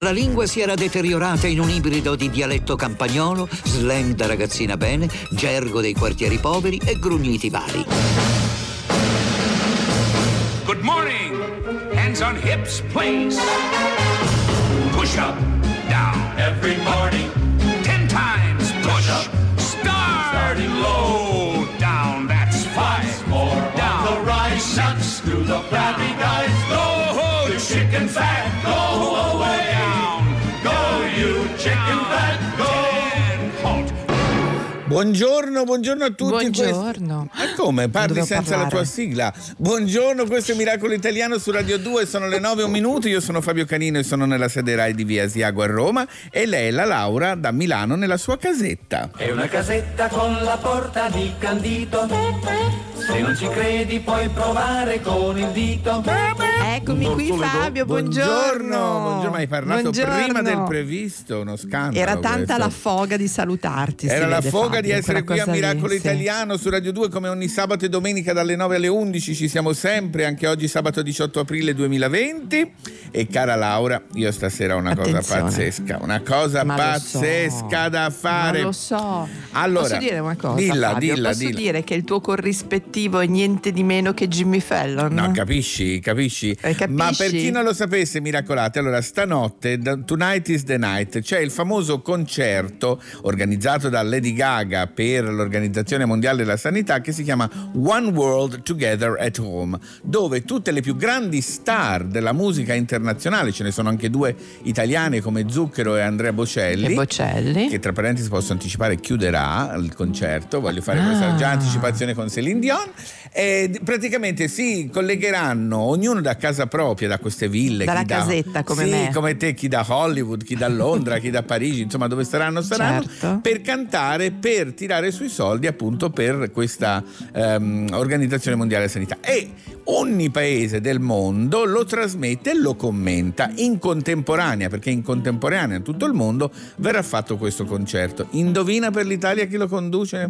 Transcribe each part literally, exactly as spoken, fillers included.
La lingua si era deteriorata in un ibrido di dialetto campagnolo, slang da ragazzina bene, gergo dei quartieri poveri e grugniti vari. Good morning. Hands on hips, please. Push up, down. Every morning. Ten times push. Up. Start. Starting low. Down. That's five. More down. On the rise. Six. To the flabby guys. Go, you chicken fat. Go away. Down. Go, you chicken fat. Go. Halt. Buongiorno, buongiorno a tutti. Buongiorno. Ma come? Parli Dovevo senza parlare. la tua sigla. Buongiorno, questo è Miracolo Italiano su Radio due, sono le nove e un minuto, io sono Fabio Canino e sono nella sede Rai di Via Asiago a Roma e lei è la Laura da Milano nella sua casetta. È una casetta con la porta di candito, se non ci credi puoi provare con il dito. Eccomi qui Fabio, buongiorno. Buongiorno, buongiorno, hai parlato Buongiorno. prima del previsto, uno scandalo. Era tanta questo. la foga di salutarti. si Era la vede, foga Fabio, di essere qui quella a cosa Miracolo lì, sì. Italiano su Radio due come ogni sabato e domenica dalle nove alle undici, ci siamo sempre, anche oggi sabato diciotto aprile duemilaventi. E cara Laura, io stasera ho una Attenzione. cosa pazzesca, una cosa Ma lo pazzesca so. da fare. Ma lo so. Allora, posso dire una cosa, dilla, Fabio? dilla, Posso dilla. dire che il tuo corrispettivo è niente di meno che Jimmy Fallon? No, capisci, capisci? Eh, capisci? Ma per chi non lo sapesse, miracolate, allora stanotte, da- Tonight is the Night, c'è il famoso concerto organizzato da Lady Gaga per l'Organizzazione Mondiale della Sanità che si chiama One World Together at Home, dove tutte le più grandi star della musica internazionale, ce ne sono anche due italiane come Zucchero e Andrea Bocelli, E Bocelli. che tra parentesi posso anticipare chiuderà il concerto, voglio fare Ah. questa già anticipazione con Céline Dion, e d- praticamente si collegheranno ognuno da casa propria, da queste ville, Dalla chi da- casetta, come sì, me. come te, chi da Hollywood, chi da Londra, chi da Parigi, insomma dove saranno saranno, Certo. per cantare, per tirare sui soldi appunto per questa ehm, Organizzazione Mondiale della Sanità, e ogni paese del mondo lo trasmette e lo commenta in contemporanea, perché in contemporanea in tutto il mondo verrà fatto questo concerto. Indovina per l'Italia chi lo conduce?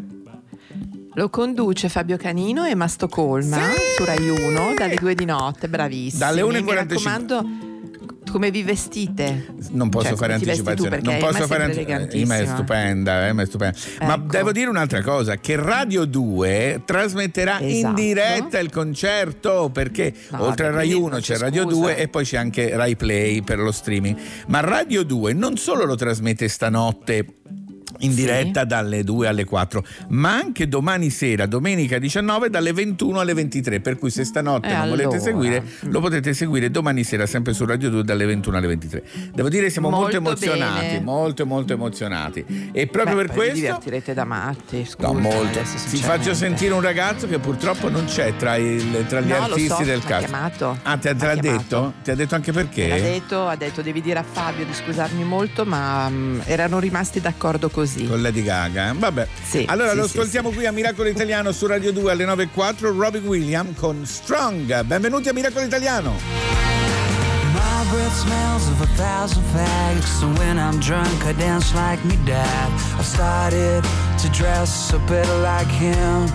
Lo conduce Fabio Canino e Mastocolma Sì! su Rai uno dalle due di notte, bravissimi. Dalle una e Mi quarantacinque. raccomando, come vi vestite? Non posso Cioè, fare come ti vesti tu, anticipazione, perché non posso Emma è fare sempre anti- Emma è elegantissima. stupenda, Emma è stupenda. Ma Ecco. devo dire un'altra cosa, che Radio due trasmetterà in Esatto. diretta il concerto, perché No, oltre a vabbè, Rai quindi uno non c'è c'è Radio scusa. due e poi c'è anche Rai Play per lo streaming. Ma Radio due non solo lo trasmette stanotte in Sì. diretta dalle due alle quattro, ma anche domani sera, domenica diciannove, dalle ventuno alle ventitré, per cui se stanotte E non volete allora? seguire, lo potete seguire domani sera sempre su Radio due dalle ventuno alle ventitré. Devo dire siamo molto, Molto emozionati, bene. molto molto emozionati, e proprio Beh, per poi vi questo divertirete da matti, scusa, no, molto. adesso, Ti sinceramente. faccio sentire un ragazzo che purtroppo non c'è tra, il, tra gli No, lo artisti so, del m'ha caso. chiamato. Ah, te, te M'ha l'ha chiamato. detto? Ti ha detto anche perché? Ha detto, ha detto devi dire a Fabio di scusarmi molto, ma mm, erano rimasti d'accordo così. Con Lady Gaga. Vabbè. Sì, allora sì, lo sì, ascoltiamo qui a Miracolo Italiano su Radio due alle nove e quattro, Robbie Williams con Strong. Benvenuti a Miracolo Italiano. My breath smells of a thousand fags, so when I'm drunk I dance like me dad. I've started to dress a bit like him.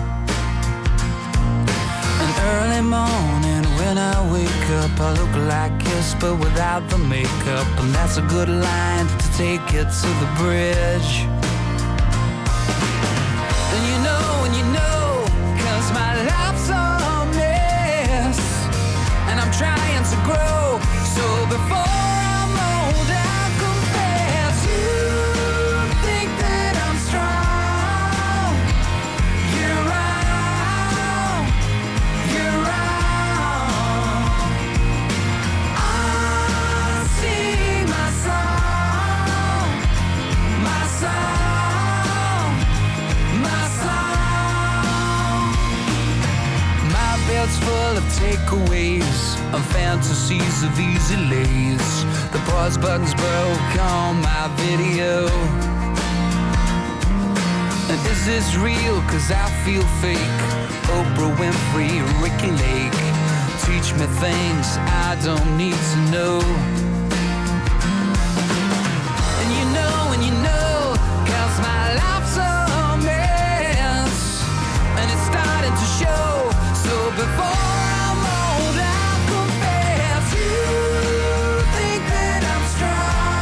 An early morning when I wake up I look like Kiss but without the makeup, and that's a good line to take it to the bridge. And you know, and you know, 'cause my life's a mess, and I'm trying to grow, so before I'm old I'll confess. You think that I'm strong, you're wrong, you're wrong. I sing my song, my song, my song. My belt's full of takeaways, of fantasies of easy lays. The pause button's broke on my video. And is this real? 'Cause I feel fake. Oprah Winfrey, Ricky Lake, teach me things I don't need to know. And you know, and you know, 'cause my life's a mess, and it's starting to show. So before I'm old I'll confess. You think that I'm strong,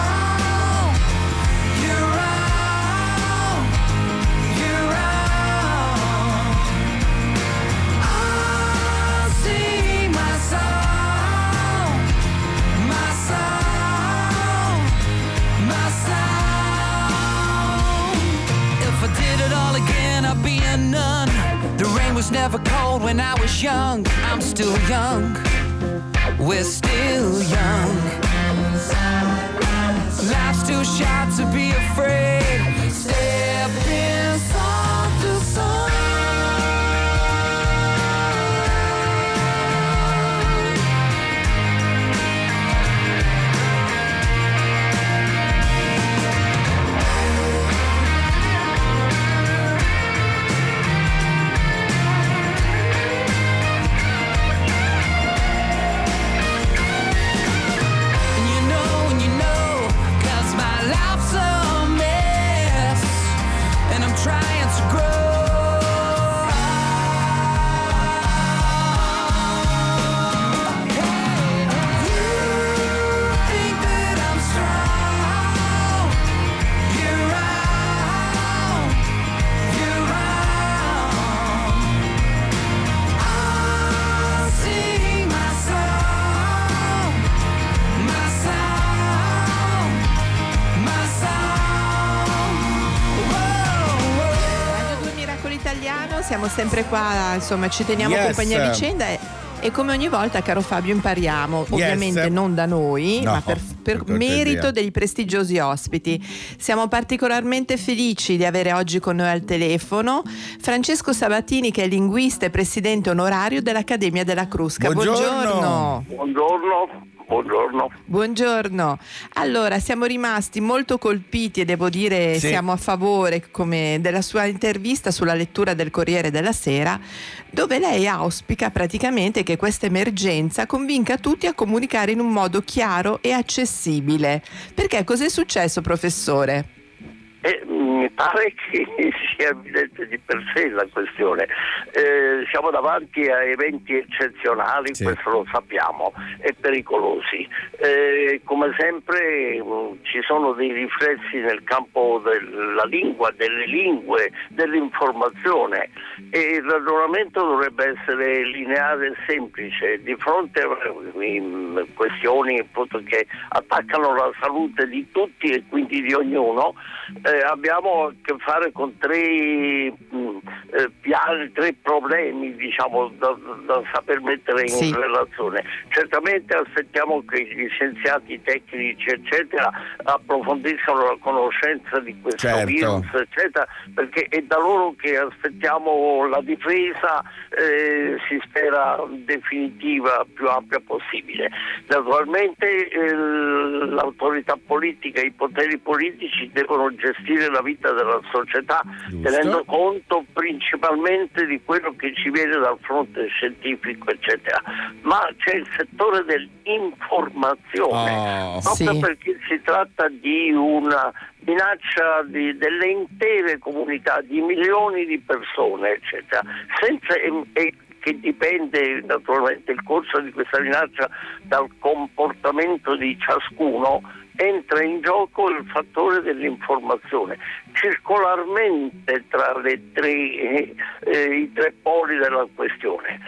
none. The rain was never cold when I was young. I'm still young. We're still young. Life's too short to be afraid. Step inside the sun. Siamo sempre qua, insomma, ci teniamo Yes. compagnia a vicenda e, e come ogni volta, caro Fabio, impariamo, ovviamente Yes. non da noi, No, ma per, per per merito cortesia. dei prestigiosi ospiti. Siamo particolarmente felici di avere oggi con noi al telefono Francesco Sabatini, che è linguista e presidente onorario dell'Accademia della Crusca. Buongiorno. Buongiorno, buongiorno. Buongiorno. Allora, siamo rimasti molto colpiti e devo dire Sì. siamo a favore come della sua intervista sulla lettura del Corriere della Sera, dove lei auspica praticamente che questa emergenza convinca tutti a comunicare in un modo chiaro e accessibile. Perché cos'è successo, professore? E mi pare che sia evidente di per sé la questione. Eh, siamo davanti a eventi eccezionali, Sì. questo lo sappiamo, e pericolosi. Eh, come sempre mh, ci sono dei riflessi nel campo della lingua, delle lingue, dell'informazione, e il ragionamento dovrebbe essere lineare e semplice. Di fronte a mh, questioni appunto che attaccano la salute di tutti e quindi di ognuno, Eh, abbiamo a che fare con tre mh, eh, piani, tre problemi, diciamo, da, da saper mettere in Sì. relazione. Certamente aspettiamo che gli scienziati tecnici eccetera approfondiscano la conoscenza di questo Certo. virus eccetera, perché è da loro che aspettiamo la difesa, eh, si spera definitiva, più ampia possibile. Naturalmente eh, l'autorità politica, i poteri politici devono gestire la vita della società, Giusto. tenendo conto principalmente di quello che ci viene dal fronte scientifico eccetera, ma c'è il settore dell'informazione, Oh. proprio Sì. perché si tratta di una minaccia di, delle intere comunità, di milioni di persone eccetera, senza e, e che dipende naturalmente il corso di questa minaccia dal comportamento di ciascuno. Entra in gioco il fattore dell'informazione. Circolarmente tra le tre, eh, eh, i tre poli della questione.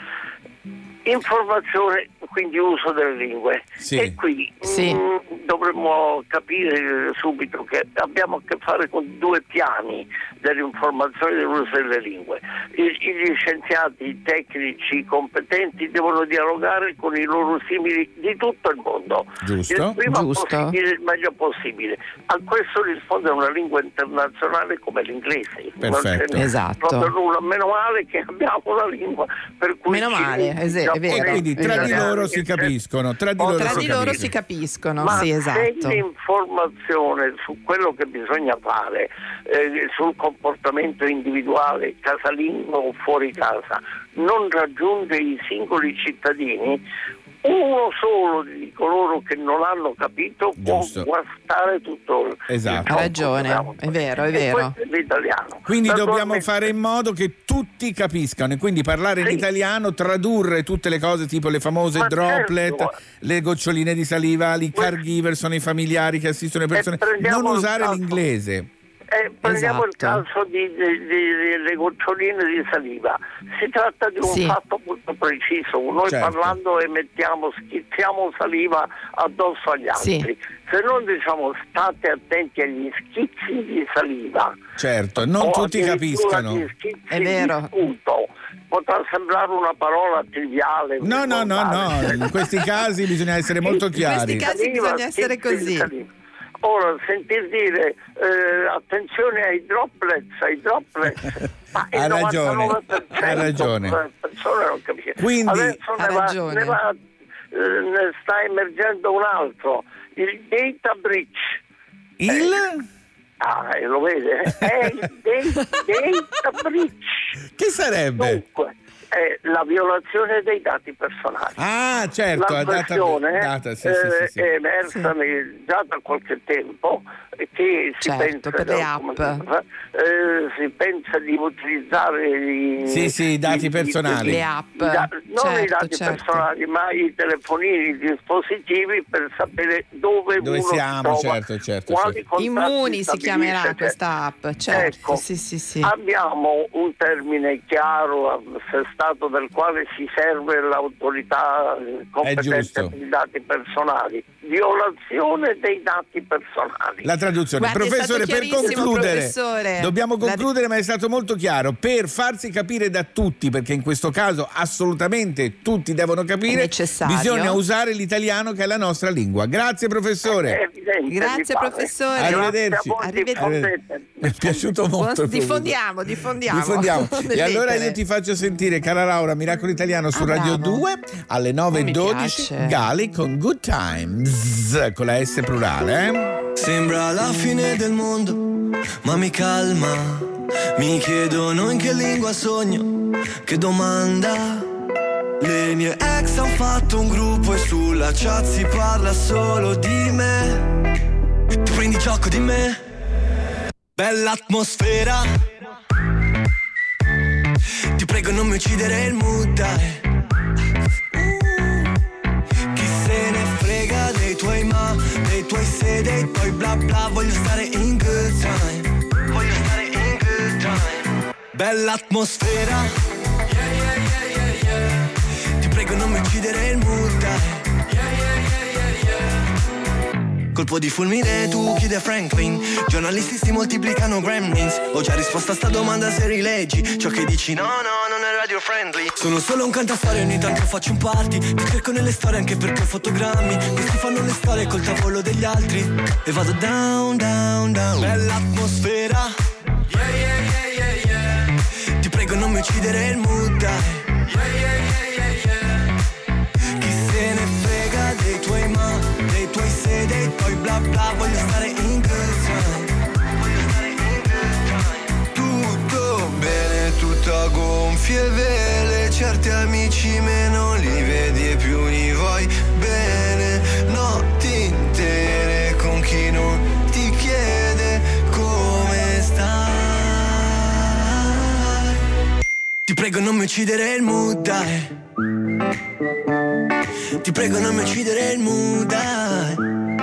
Informazione, quindi uso delle lingue. Sì. E qui Sì. mh, dovremmo capire subito che abbiamo a che fare con due piani dell'informazione e dell'uso delle lingue. I, gli scienziati, i tecnici, i competenti devono dialogare con i loro simili di tutto il mondo. Giusto. Il prima Giusto. possibile, il meglio possibile. A questo risponde una lingua internazionale come l'inglese. Non Perfetto. ce n'è Esatto. proprio nulla. Meno male che abbiamo una lingua per cui Meno male, cinesi, es- è giapponesi, vero. E quindi tra di italiani, loro si eccetera. capiscono, tra di Oh, loro Tra si di loro capiscono. si capiscono, Ma sì, se esatto. l'informazione su quello che bisogna fare, eh, sul comportamento individuale, casalingo o fuori casa, non raggiunge i singoli cittadini, uno solo di coloro che non hanno capito Giusto. può guastare tutto il Esatto. il Ha ragione, diciamo. è vero, è E vero. questo è l'italiano. Quindi dobbiamo Naturalmente- fare in modo che tutti capiscano e quindi parlare in Sì. italiano, tradurre tutte le cose tipo le famose Ma droplet, certo. le goccioline di saliva, i Que- caregiver sono i familiari che assistono le persone, prendiamo non il usare caso. l'inglese. Eh, prendiamo il Esatto. caso di, di- di- delle goccioline di saliva. Si tratta di un Sì. fatto molto preciso. Noi Certo. parlando emettiamo, schizziamo saliva addosso agli Sì. altri. Se non diciamo state attenti agli schizzi di saliva, Certo, non o tutti addirittura capiscano. gli schizzi È vero. di sputo, potrà sembrare una parola triviale. No, no, no, no, in questi casi bisogna essere molto In chiari. questi casi bisogna essere schizzi di così. saliva. Ora, sentir dire eh, attenzione ai droplets, ai droplets, ma il Ha ragione, novantanove per cento ha ragione. delle persone non capisce. Quindi- Adesso Ha ne, va, ragione. ne, va, eh, ne sta emergendo un altro, il data breach. Il? Ah, eh, lo vede? È il data, data breach. Che sarebbe? Dunque, è la violazione dei dati personali. Ah, certo, La è data, questione data, sì, eh, sì, sì, sì. è emersa nel- già da qualche tempo e che si Certo, pensa per le come app. si fa? Eh, si pensa di utilizzare i, Sì, sì, i dati personali. Le app. i da- non Certo, i dati certo. personali, ma i telefonini, i dispositivi per sapere dove, Dove uno siamo, si trova, certo, certo, quali certo. contatti Immuni si stabilisce, chiamerà cioè. questa app, certo. Ecco, Sì, sì, sì. abbiamo un termine chiaro, assestato, del quale si serve l'autorità eh, competente giusto. per i dati personali. Violazione dei dati personali. La traduzione. Guarda, è Professore, stato per chiarissimo, concludere, professore. dobbiamo La- concludere, ma è stato molto chiaro. Per farsi capire da tutti, perché in questo caso assolutamente tutti devono È capire, necessario. bisogna usare l'italiano, che è la nostra lingua. Grazie, È professore. evidente, Grazie, mi pare. professore. Arrivederci. Grazie a voi, Arrivederci. diffondete. Mi è piaciuto molto. Buon- il professore. diffondiamo, diffondiamo. Diffondiamo. Le E allora lettere. io ti faccio sentire, cara Laura, Miracolo Italiano su Ah, Radio bravo. due alle nove e Oh, mi dodici. piace. Gali con Good Times, con la S plurale, eh? Sembra la fine del mondo, ma mi calma. Mi chiedono in che lingua sogno, che domanda. Le mie ex han fatto un gruppo e sulla chat si parla solo di me. Tu prendi gioco di me, bella atmosfera. Ti prego non mi uccidere il mood, dai. Chi se ne frega dei tuoi ma, dei tuoi se, dei tuoi bla bla. Voglio stare in good time, voglio stare in good time. Bella atmosfera, yeah, yeah, yeah, yeah, yeah. Ti prego non mi uccidere il mood, dai. Yeah, yeah, yeah, yeah, yeah. Colpo di fulmine, tu chiede Franklin. Giornalisti si moltiplicano gremlins. Ho già risposto a sta domanda se rileggi ciò che dici, no, no, non è radio friendly. Sono solo un cantastorie, ogni tanto faccio un party. Ti cerco nelle storie anche perché ho fotogrammi. Questi fanno le storie col tavolo degli altri. E vado down, down, down. Bella atmosfera, yeah, yeah, yeah, yeah, yeah. Ti prego non mi uccidere il mood, dai. Yeah, yeah, yeah, yeah, yeah. Chi se ne frega dei tuoi ma, dei tuoi se, dei tuoi bla bla. Voglio stare in good time, voglio stare in good time. Tutto bene, tutto a gonfie vele. Certi amici me non li vedi e più li vuoi bene. Notti intere con chi non ti chiede come stai. Ti prego non mi uccidere il mood, dai. Ti prego non mi uccidere il mood, dai.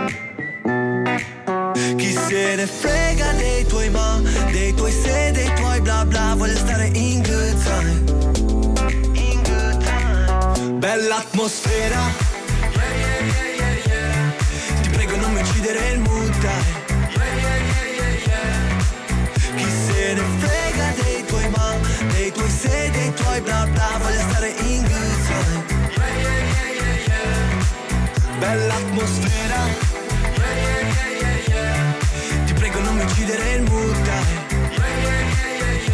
Chi se ne frega dei tuoi ma, dei tuoi se, dei tuoi bla bla. Voglio stare in good time, in good time. Bella atmosfera, yeah, yeah, yeah, yeah, yeah. Ti prego non mi uccidere il mood, dai. Yeah, yeah, yeah, yeah, yeah. Chi se ne frega dei tuoi ma, dei tuoi se, dei tuoi bla bla. Voglio stare in good time, yeah, yeah, yeah, yeah, yeah. Bella atmosfera, yeah, yeah, yeah, yeah, yeah. Ti prego non mi uccidere il mood, dai. Yeah, yeah, yeah, yeah,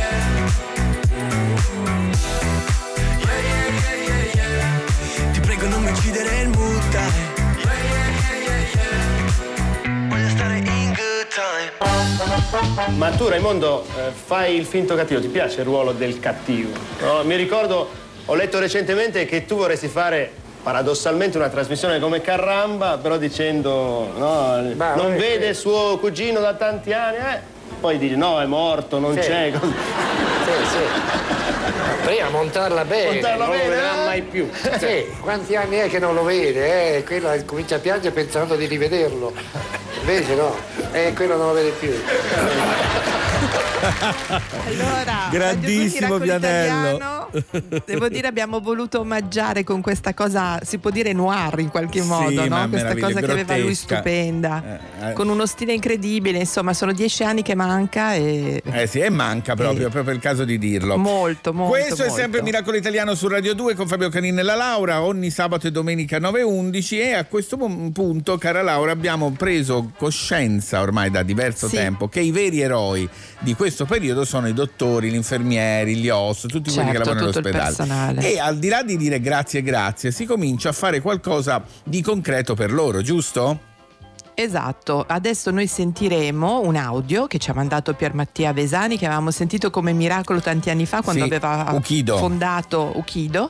yeah. Yeah, yeah, yeah, yeah, yeah. Ti prego non mi uccidere il mood, dai. Yeah, yeah, yeah, yeah, yeah. Voglio stare in good time. Ma tu, Raimondo, eh, fai il finto cattivo, ti piace il ruolo del cattivo? No? Mi ricordo, ho letto recentemente che tu vorresti fare paradossalmente una trasmissione come Carramba, però dicendo no, Beh, non eh, vede eh. suo cugino da tanti anni, eh? Poi dici no, è morto, non Sì. c'è. Sì, sì. Prima montarla bene, Montarla non bene, lo vedrà eh? mai più. Sì, quanti anni è che non lo vede? Eh? Quello comincia a piangere pensando di rivederlo. Invece no, e eh, quello non lo vede più. Allora, grandissimo Vianello. Devo dire, abbiamo voluto omaggiare con questa cosa, si può dire noir in qualche Sì, modo, ma no? Questa cosa che aveva lui grottesca. stupenda, Eh, eh. con uno stile incredibile. Insomma, sono dieci anni che manca e Eh sì, e manca proprio, è proprio il caso di dirlo. molto, molto. Questo è molto. sempre Miracolo Italiano su Radio due con Fabio Canini e la Laura, ogni sabato e domenica nove e undici, e a questo punto, cara Laura, abbiamo preso coscienza ormai da diverso Sì. tempo che i veri eroi di questo periodo sono i dottori, gli infermieri, gli O S, tutti quelli che Certo, lavorano tutto il all'ospedale. personale. E al di là di dire grazie grazie, si comincia a fare qualcosa di concreto per loro, giusto? Esatto, adesso noi sentiremo un audio che ci ha mandato Pier Mattia Vesani, che avevamo sentito come miracolo tanti anni fa quando Sì, aveva Ukido. fondato Ukido,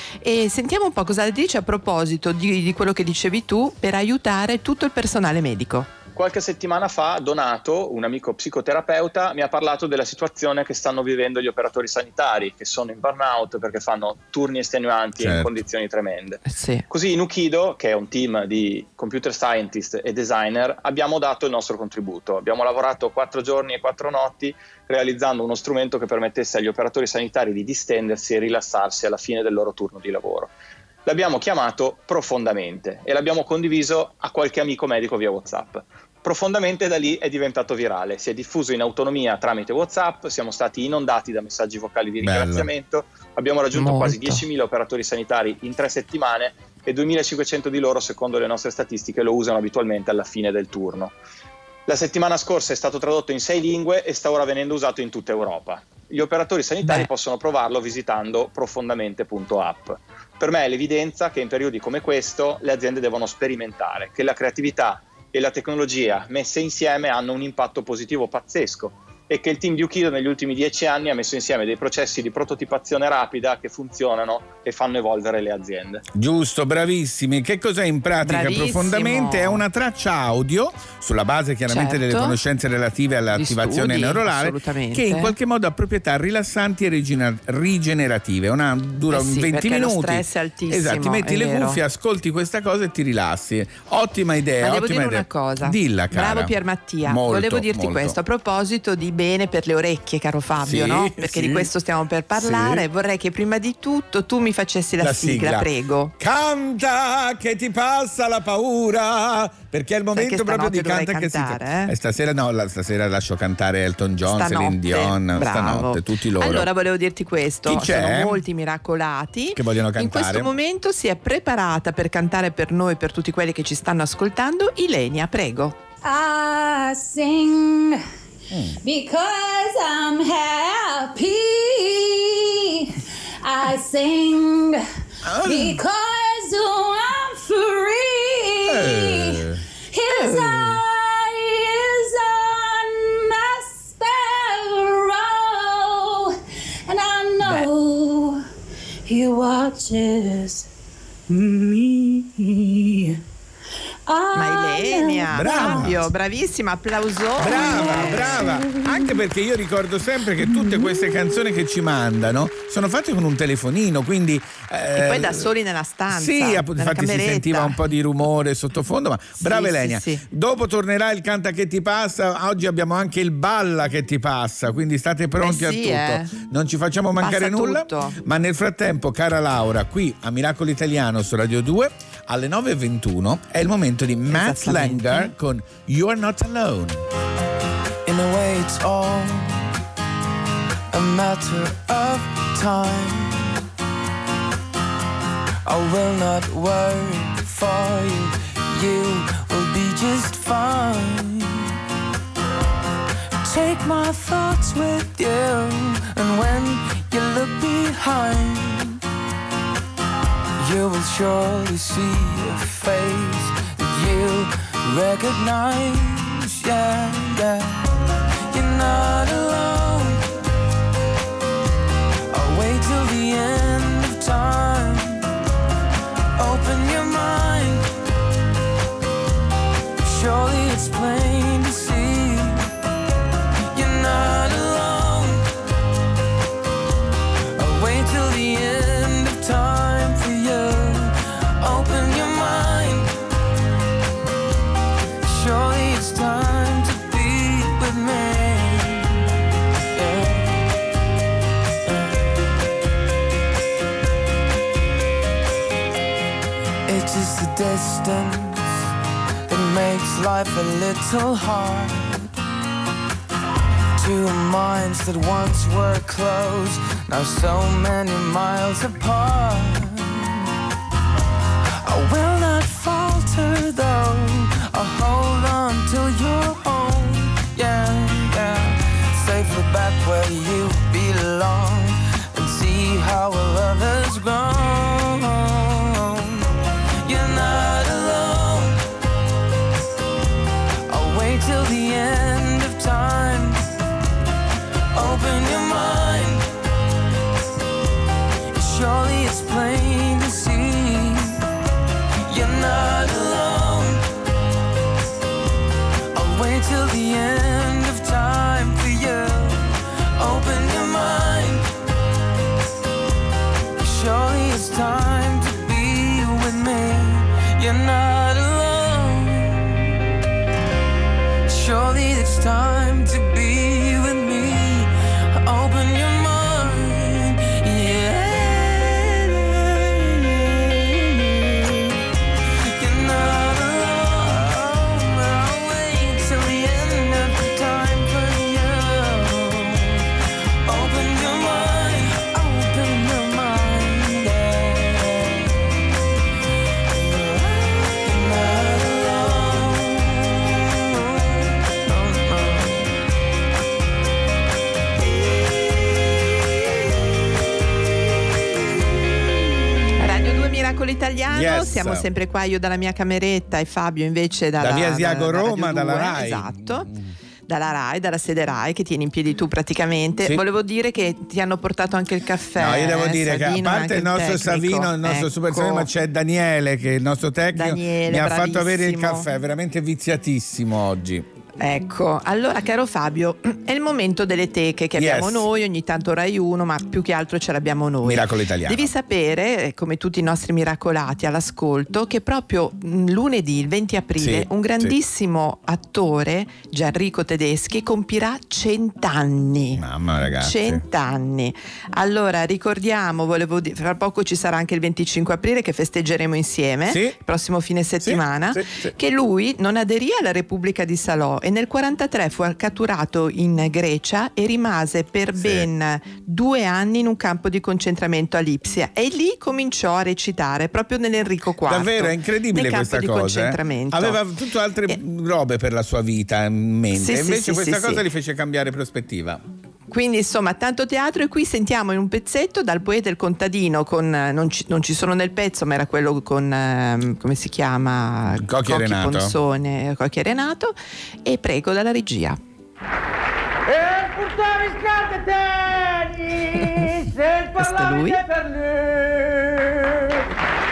e sentiamo un po' cosa dice a proposito di, di quello che dicevi tu per aiutare tutto il personale medico. Qualche settimana fa Donato, un amico psicoterapeuta, mi ha parlato della situazione che stanno vivendo gli operatori sanitari, che sono in burnout perché fanno turni estenuanti e in Certo. condizioni tremende. Sì. Così in Ukido, che è un team di computer scientist e designer, abbiamo dato il nostro contributo. Abbiamo lavorato quattro giorni e quattro notti realizzando uno strumento che permettesse agli operatori sanitari di distendersi e rilassarsi alla fine del loro turno di lavoro. L'abbiamo chiamato Profondamente e l'abbiamo condiviso a qualche amico medico via WhatsApp. Profondamente da lì è diventato virale, si è diffuso in autonomia tramite WhatsApp, siamo stati inondati da messaggi vocali di Bello. ringraziamento, abbiamo raggiunto Molto. quasi diecimila operatori sanitari in tre settimane e duemilacinquecento di loro, secondo le nostre statistiche, lo usano abitualmente alla fine del turno. La settimana scorsa è stato tradotto in sei lingue e sta ora venendo usato in tutta Europa. Gli operatori sanitari Beh. possono provarlo visitando profondamente punto app. Per me è l'evidenza che in periodi come questo le aziende devono sperimentare, che la creatività e la tecnologia messe insieme hanno un impatto positivo pazzesco e che il team di Ukido negli ultimi dieci anni ha messo insieme dei processi di prototipazione rapida che funzionano e fanno evolvere le aziende. Giusto, bravissimi. Che cos'è in pratica Bravissimo. Profondamente? È una traccia audio sulla base chiaramente Certo. delle conoscenze relative all'attivazione Di studi, neurale, assolutamente. che in qualche modo ha proprietà rilassanti e rigena- rigenerative. Una dura Eh sì, venti perché lo minuti. stress è altissimo, Esatto, ti metti è le vero. cuffie, ascolti questa cosa e ti rilassi. Ottima idea, Ma devo ottima dire idea. una cosa. Dilla, cara. Bravo Pier Mattia. Molto, Volevo dirti molto. questo a proposito di bene per le orecchie, caro Fabio, Sì, no? Perché sì. di questo stiamo per parlare. Sì. Vorrei che prima di tutto tu mi facessi la, La sigla, sigla. prego. Canta che ti passa la paura, perché è il momento che proprio di stanotte canta dovrei che cantare, si eh? eh, stasera no, la, stasera lascio cantare Elton John, Stanotte. Celine Dion, Bravo. stanotte tutti loro. Allora volevo dirti questo, Chi c'è? sono molti miracolati Che vogliono In cantare. questo momento si è preparata per cantare per noi, per tutti quelli che ci stanno ascoltando, Ilenia, prego. I sing because I'm happy. I sing because I'm free. Eh. His eye is on my sparrow, and I know he watches me. Ma Ilenia, Brava. Fabio, bravissima, applausone. Brava, brava. Anche perché io ricordo sempre che tutte queste canzoni che ci mandano sono fatte con un telefonino, quindi E eh, poi da soli nella stanza, Sì, app- nella infatti si cameretta. sentiva un po' di rumore sottofondo, ma brava sì, Elenia. sì, sì. Dopo tornerà il Canta che ti passa, oggi abbiamo anche il Balla che ti passa, quindi state pronti Eh a sì, tutto. eh. Non ci facciamo mancare Passa nulla, tutto. ma nel frattempo, cara Laura, qui a Miracolo Italiano su Radio due alle nove e ventuno è il momento di Matt Langer con You Are Not Alone. In a way it's all a matter of time. I will not worry for you, you will be just fine. Take my thoughts with you, and when you look behind, you will surely see a face that you recognize. Yeah, yeah. You're not alone. I'll wait till the end of time. Open your mind. Surely it's plain to see. You're not alone. I'll wait till the end of time for you. Open your mind. Surely it's distance that makes life a little hard. Two minds that once were close, now so many miles apart. I will not falter though, I'll hold on till you're home. Yeah, yeah, safely back where you belong, and see how our love has grown. You're not alone, I'll wait till the end of time. Open your mind, surely it's plain to see. You're not alone, I'll wait till the end of time for you. Open your mind, surely it's time to be with me. You're not alone, surely it's time to be with me. Open your mind, yeah. You're not alone, I'll wait till the end of the time for you. Open your mind, open your mind, yeah. You're not alone, no, no. Radio due Miracolo Italiano, Yes. siamo sempre qua, io dalla mia cameretta e Fabio invece dalla, Da via Asiago, da- da Roma, Radio dalla due, Rai. Esatto. Dalla Rai, dalla sede Rai che tieni in piedi tu praticamente. Sì. Volevo dire che ti hanno portato anche il caffè. No, io devo eh, dire che a Savino, parte anche il nostro tecnico. Savino, il nostro Ecco. super Savino, ma c'è Daniele che è il nostro tecnico, Daniele, mi ha fatto avere il bravissimo. caffè, veramente viziatissimo oggi. Ecco, allora caro Fabio, è il momento delle teche che abbiamo Yes. noi, ogni tanto Rai uno, ma più che altro ce l'abbiamo noi. Miracolo Italiano. Devi sapere, eh, come tutti i nostri miracolati all'ascolto, che proprio mh, lunedì, il venti aprile, Sì, un grandissimo attore, Gianrico Tedeschi, compirà cent'anni. Mamma ragazzi. Cent'anni. Allora ricordiamo, volevo dire, fra poco ci sarà anche il venticinque aprile che festeggeremo insieme, Sì. il prossimo fine settimana, sì, sì. che lui non aderì alla Repubblica di Salò e nel quarantatré fu catturato in Grecia e rimase per Sì. ben due anni in un campo di concentramento a Lipsia, e lì cominciò a recitare proprio nell'Enrico quarto. Davvero è incredibile nel campo questa di cosa. eh. concentramento. Aveva tutte altre E- robe per la sua vita in mente, Sì, sì, invece sì, questa sì, cosa sì. gli fece cambiare prospettiva. Quindi insomma tanto teatro, e qui sentiamo in un pezzetto dal poeta Il contadino con eh, non ci, non ci sono nel pezzo, ma era quello con ehm, come si chiama, Cocchi e Renato. Ponsone, Cocchi e Renato, e prego dalla regia. E portare scattetenis, se Questo è lui. parlavi per lui.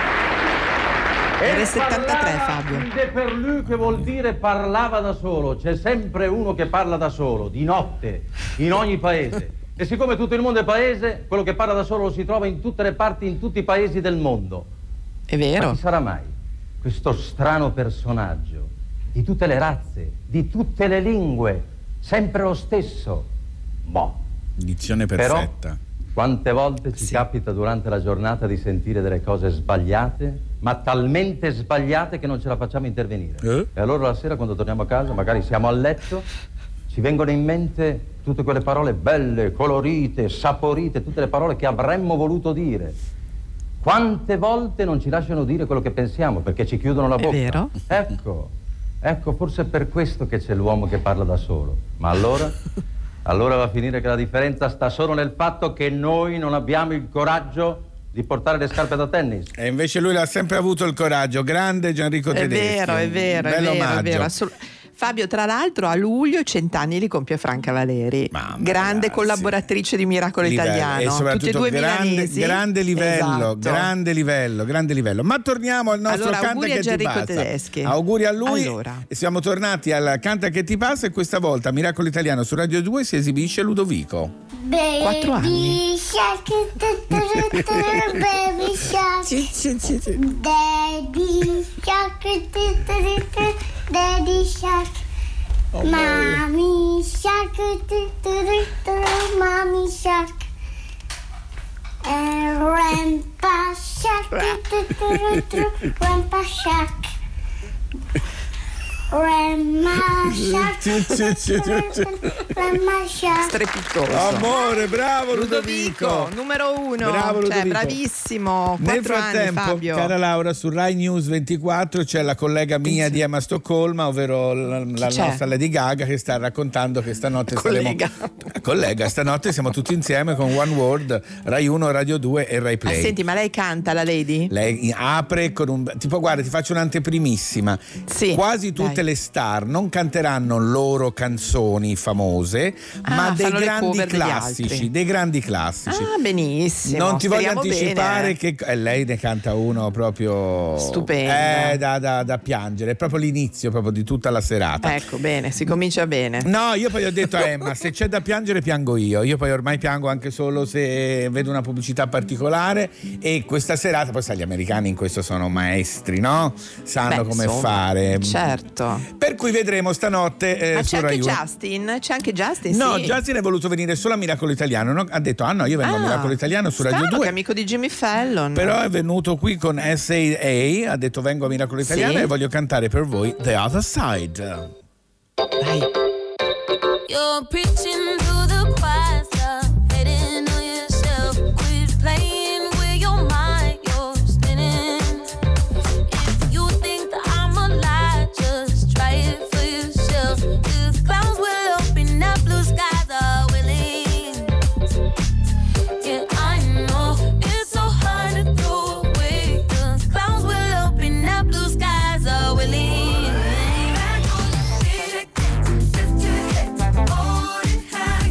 Era il settantatré, Fabio. De per lui, che vuol dire parlava da solo. C'è sempre uno che parla da solo, di notte, in ogni paese. E siccome tutto il mondo è paese, quello che parla da solo lo si trova in tutte le parti, in tutti i paesi del mondo. È Ma vero. chi sarà mai questo strano personaggio, di tutte le razze, di tutte le lingue, sempre lo stesso? Boh. Dizione Però, perfetta. quante volte ci Sì. capita durante la giornata di sentire delle cose sbagliate, ma talmente sbagliate che non ce la facciamo intervenire. Eh? E allora la sera, quando torniamo a casa, magari siamo a letto, ci vengono in mente tutte quelle parole belle, colorite, saporite, tutte le parole che avremmo voluto dire. Quante volte non ci lasciano dire quello che pensiamo perché ci chiudono la È bocca? vero. Ecco, ecco, forse è per questo che c'è l'uomo che parla da solo. Ma allora? Allora va a finire che la differenza sta solo nel fatto che noi non abbiamo il coraggio di portare le scarpe da tennis. E invece lui l'ha sempre avuto il coraggio. Grande Gianrico È Tedeschi. vero, è vero, è Bello vero, è omaggio. vero, assolut- Fabio, tra l'altro a luglio i cent'anni li compie Franca Valeri, Mamma, grande ragazzi. collaboratrice di Miracolo Livello. Italiano, E soprattutto tutti e due grande, milanesi. grande livello, Esatto. grande livello, grande livello. Ma torniamo al nostro Allora, Canta auguri che a ti Gianrico passa. Tedeschi. Auguri a lui. Allora. Siamo tornati al Canta che ti passa, e questa volta Miracolo Italiano su Radio due si esibisce Ludovico. Quattro anni. Baby shark, tu, tu, tu, tu, baby shark. Sì, sì, sì, sì. Daddy shark, tu, tu, tu, tu, daddy shark. Mommy shark, tu, tu, tu, tu, mommy shark. And grandpa shark, Grandpa Shark. Grandma Shark. Grandma Shark. Strepitoso. Amore, bravo Ludovico, Ludovico. numero uno. Bravo, cioè, Ludovico. bravissimo. Nel Quattro anni, frattempo, Fabio. cara Laura, su Rai News ventiquattro c'è la collega mia di Emma Stoccolma, ovvero la, la c'è? nostra Lady Gaga, che sta raccontando che stanotte Collega. saremo collega, stanotte siamo tutti insieme con One World, Rai uno, Radio due e Rai Play. Ah, senti, ma lei canta, la Lady? Lei apre con un tipo, guarda, ti faccio un'anteprimissima. Sì, quasi tutte dai. le star non canteranno loro canzoni famose, Ah, ma dei fanno le grandi cover degli classici, altri. dei grandi classici. Ah, benissimo. Non ti voglio Speriamo anticipare bene. che eh, lei ne canta uno proprio Stupendo. eh, da, da, da piangere, è proprio l'inizio proprio di tutta la serata. Ecco, bene, si comincia bene. No, io poi ho detto a Emma, se c'è da piangere piango io. Io poi ormai piango anche solo se vedo una pubblicità particolare, e questa serata, poi sai, gli americani in questo sono maestri, no? Sanno Beh, come insomma, fare. Certo. Per cui vedremo stanotte eh, Ma su c'è anche Rai uno. Justin? C'è anche Justin? No, sì. Justin è voluto venire solo a Miracolo Italiano, no? Ha detto ah no, io vengo a Ah, Miracolo Italiano su Radio strano, due. che è amico di Jimmy Fallon. Però è venuto qui con S A A, ha detto vengo a Miracolo Italiano Sì. e voglio cantare per voi The Other Side. You're preaching to the choir, stop hating on yourself. Quit playing with your mind, you're spinning. If you think that I'm a lie, just try it for yourself. The clouds will open up, blue skies are willing. Yeah, I know it's so hard to throw away. The clouds will open up, blue skies are willing. Hold it high.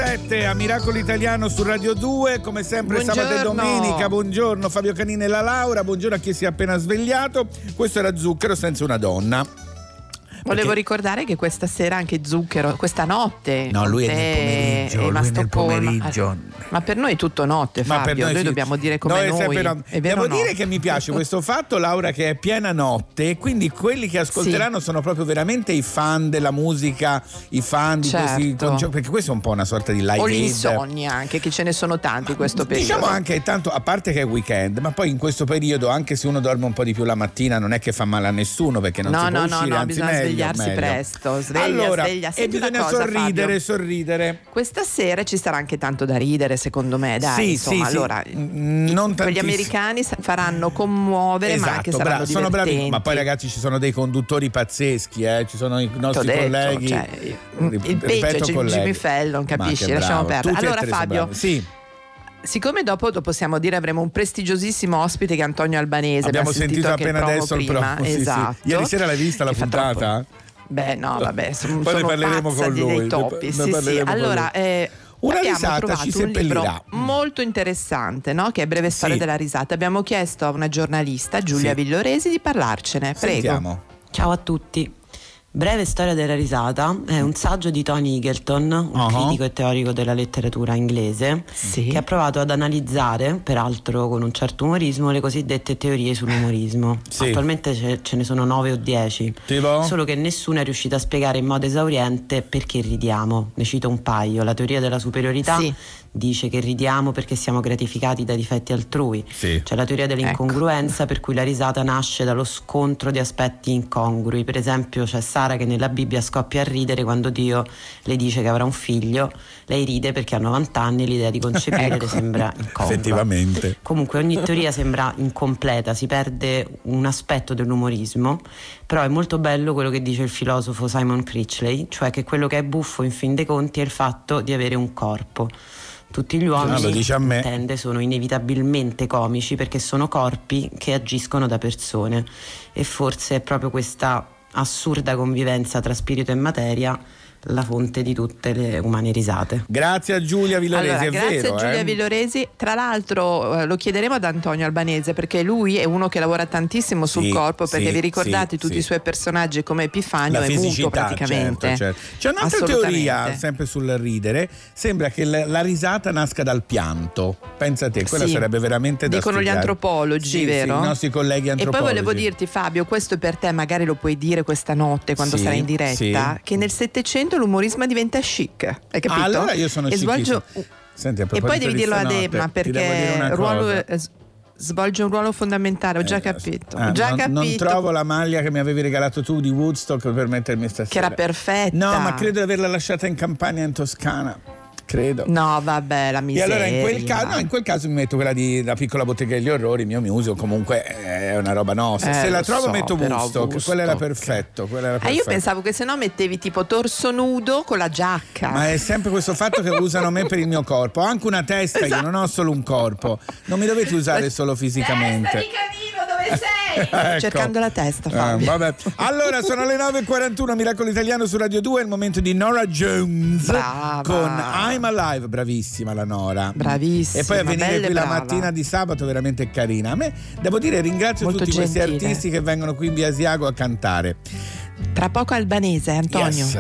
sette a Miracolo Italiano su Radio due, come sempre Buongiorno. sabato e domenica. Buongiorno Fabio Canini e la Laura, buongiorno a chi si è appena svegliato. Questo era Zucchero senza una donna. Volevo Perché... ricordare che questa sera anche Zucchero, questa notte. No, lui è con nel te pomeriggio, e lui è nel Mastoccolma. pomeriggio. Ma per noi è tutto notte, Ma per Fabio. noi Noi sì. dobbiamo dire come Noi noi. sempre no. È vero Devo o no? dire che mi piace questo fatto, Laura, che è piena notte, e quindi quelli che ascolteranno Sì. sono proprio veramente i fan della musica, i fan di Certo. questi concerti, perché questo è un po' una sorta di live O aid. gli insonni anche, che ce ne sono tanti in questo periodo. Diciamo anche tanto, a parte che è weekend, ma poi in questo periodo, anche se uno dorme un po' di più la mattina, non è che fa male a nessuno, perché non No, si può no, no, uscire, no, anzi bisogna meglio, svegliarsi meglio. presto. Sveglia, Allora, sveglia. e Senti una bisogna cosa, sorridere, Fabio. sorridere. Questa sera ci sarà anche tanto da ridere, secondo me, dai. Sì, insomma, sì, sì. allora, Mm, non quegli tantissimo. americani sa- faranno commuovere, ma anche Esatto, saranno bra- sono bravi, divertenti. ma poi ragazzi ci sono dei conduttori pazzeschi, eh? Ci sono i nostri T'ho detto, colleghi, cioè, rip- il peggio ripeto, è Jim- colleghi. Jimmy Fallon, Ma capisci? che Lasciamo bravo. perdere. Tutti e Allora, tre sono Fabio, bravi. Sì. siccome dopo lo possiamo dire avremo un prestigiosissimo ospite che è Antonio Albanese, Abbiamo sentito anche appena il promo adesso il prima, promo, sì, sì. esatto. Ieri sera l'hai vista la Che fa puntata? troppo- Beh, no, vabbè, sono, Poi ne sono parleremo pazza con di- lui, dei ne topi. pa- ne Sì, sì. parleremo con Allora, lui. eh, Una abbiamo risata trovato ci un libro seppellirà. molto interessante, no? Che è Breve storia Sì. della risata. Abbiamo chiesto a una giornalista, Giulia Sì. Villoresi, di parlarcene. Prego. Sentiamo. Ciao a tutti. Breve storia della risata è un saggio di Tony Eagleton, un Uh-huh. critico e teorico della letteratura inglese, Sì. che ha provato ad analizzare, peraltro con un certo umorismo, le cosiddette teorie sull'umorismo. Sì. Attualmente ce, ce ne sono nove o dieci, Tipo? solo che nessuno è riuscito a spiegare in modo esauriente perché ridiamo. Ne cito un paio. La teoria della superiorità Sì. dice che ridiamo perché siamo gratificati dai difetti altrui. Sì. C'è la teoria dell'incongruenza, per cui la risata nasce dallo scontro di aspetti incongrui. Per esempio c'è Sara che nella Bibbia scoppia a ridere quando Dio le dice che avrà un figlio. Lei ride perché ha novanta anni e l'idea di concepire Ecco. le sembra incongrua. Effettivamente. Comunque ogni teoria sembra incompleta, si perde un aspetto dell'umorismo, però è molto bello quello che dice il filosofo Simon Critchley, cioè che quello che è buffo in fin dei conti è il fatto di avere un corpo. Tutti gli Ah, lo uomini, dice a me. intende, sono inevitabilmente comici perché sono corpi che agiscono da persone, e forse è proprio questa assurda convivenza tra spirito e materia la fonte di tutte le umane risate. Grazie a Giulia Villoresi, Allora, è grazie vero, a Giulia eh? Villoresi. Tra l'altro eh, lo chiederemo ad Antonio Albanese, perché lui è uno che lavora tantissimo sul Sì, corpo, perché sì, vi ricordate sì, tutti sì. i suoi personaggi come Epifanio La e Muto fisicità, praticamente. certo, certo. C'è un'altra Assolutamente. teoria, sempre sul ridere, sembra che la, la risata nasca dal pianto. Pensa a te, quella Sì. sarebbe veramente da Dicono gli studiare. antropologi, Sì, vero? Sì, i nostri colleghi E antropologi. poi volevo dirti, Fabio, questo per te magari lo puoi dire questa notte quando Sì, sarai in diretta, sì. che nel Settecento l'umorismo diventa chic, hai capito? Ah, allora io sono e svolge... Senti, a E poi proposito devi di dirlo ad stanotte, Emma, ti devo dire perché una ruolo, cosa. eh, s- svolge un ruolo fondamentale, ho già capito. Ah, ho già non, capito. non trovo la maglia che mi avevi regalato tu di Woodstock per mettermi stasera. Che era perfetta. No, ma credo di averla lasciata in Campania, in Toscana. Credo. No, vabbè, la E miseria. allora in quel, caso, no, in quel caso mi metto quella di La piccola bottega degli orrori, mio musical, comunque è una roba nostra. Eh, Se la lo trovo so, metto però Woodstock, quello era Woodstock. perfetto. Quello era Ah, perfetto. io pensavo che se no mettevi tipo torso nudo con la giacca. Ma è sempre questo fatto che usano me per il mio corpo. Ho anche una testa, io non ho solo un corpo. Non mi dovete usare solo fisicamente. Canino, dove sei? Ecco. Cercando la testa, Eh, Fabio. vabbè. Allora sono le nove e quarantuno, Miracolo Italiano su Radio due, è il momento di Nora Jones. Brava. Con I'm Alive, bravissima la Nora. Bravissima, E poi a venire bella e qui la brava. mattina di sabato veramente carina. A me, devo dire, ringrazio Molto tutti questi gentile. artisti che vengono qui in via Asiago a cantare. Tra poco Albanese, Antonio. Yes.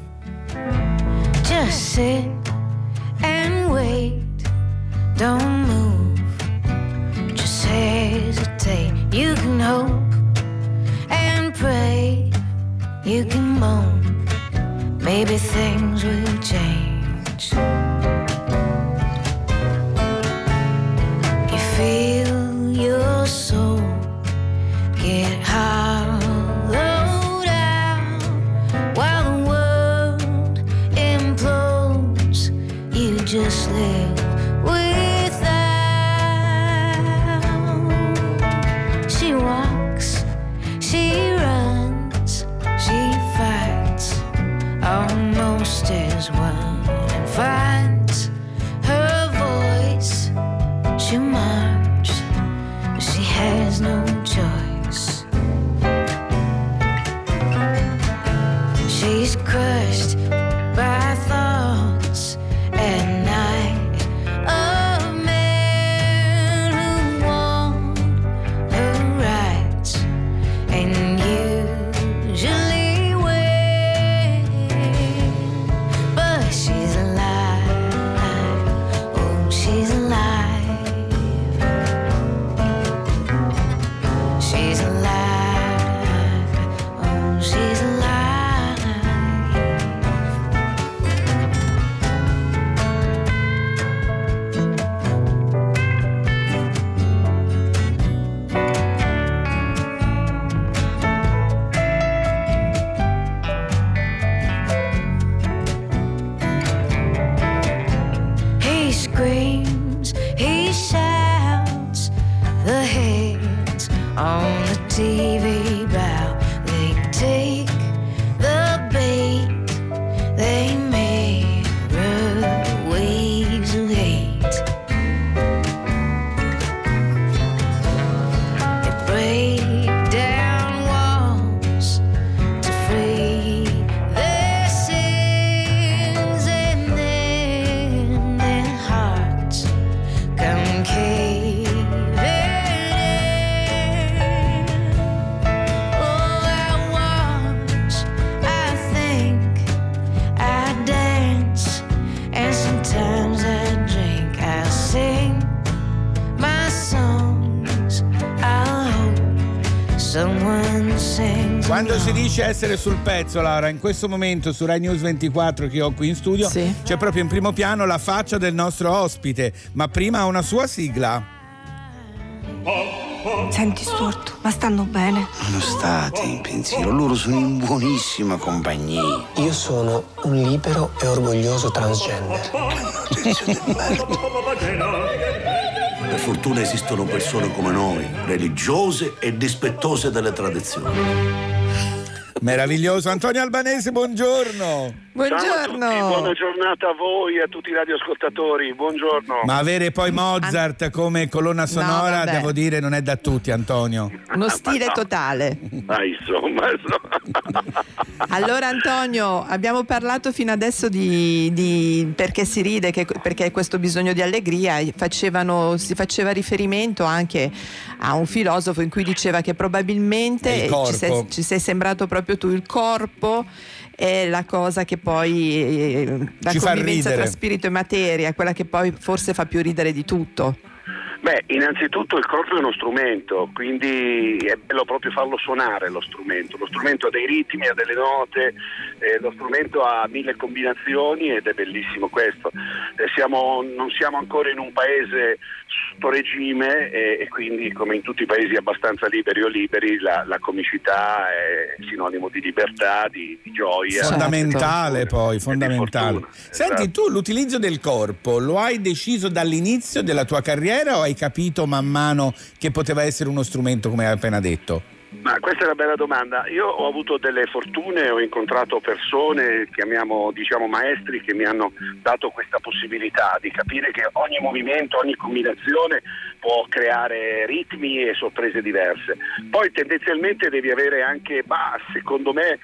Just sit and wait. Don't move. Just hesitate. You can hope and pray. You can moan. Maybe things will change. You feel your soul get hollowed out while the world implodes. You just live without. She walks, she runs, she fights almost as one, and finds her voice. She marches, she has on the T V bow. They take the bait, they mirror waves of hate. They break down walls to free their sins, and then their hearts come caving in. Oh, I watch, I think, I dance, and sometimes I drink, I sing my songs, I hope someone sings. Quando si dice essere sul pezzo, Laura, in questo momento su Rai News ventiquattro che ho qui in studio, Sì. c'è proprio in primo piano la faccia del nostro ospite, ma prima ha una sua sigla. Senti Stuart, ma stanno bene? Non state in pensiero, loro sono in buonissima compagnia. Io sono un libero e orgoglioso transgender. Per fortuna esistono persone come noi, religiose e rispettose delle tradizioni. Meraviglioso. Antonio Albanese, buongiorno. Buongiorno. Ciao a tutti, buona giornata a voi e a tutti i radioascoltatori. Buongiorno. Ma avere poi Mozart come colonna sonora, vabbè. devo dire, non è da tutti, Antonio. Uno stile totale. Ah, insomma, insomma. Allora Antonio, abbiamo parlato fino adesso di, di perché si ride, che, perché questo bisogno di allegria, facevano, si faceva riferimento anche a un filosofo in cui diceva che probabilmente ci sei, ci sei sembrato proprio tu, il corpo è la cosa che poi eh, la Ci fa convivenza ridere. tra spirito e materia, quella che poi forse fa più ridere di tutto. Beh, innanzitutto il corpo è uno strumento, quindi è bello proprio farlo suonare lo strumento. Lo strumento ha dei ritmi, ha delle note, eh, lo strumento ha mille combinazioni ed è bellissimo questo. Eh, siamo, non siamo ancora in un paese sotto regime e, e quindi, come in tutti i paesi abbastanza liberi o liberi, la, la comicità è sinonimo di libertà, di, di gioia. Fondamentale poi, fondamentale. Senti, esatto. tu l'utilizzo del corpo lo hai deciso dall'inizio della tua carriera o hai capito man mano che poteva essere uno strumento, come hai appena detto? Ma questa è una bella domanda. Io ho avuto delle fortune, ho incontrato persone, chiamiamo diciamo maestri, che mi hanno dato questa possibilità di capire che ogni movimento, ogni combinazione può creare ritmi e sorprese diverse. Poi tendenzialmente devi avere anche, bah, secondo me,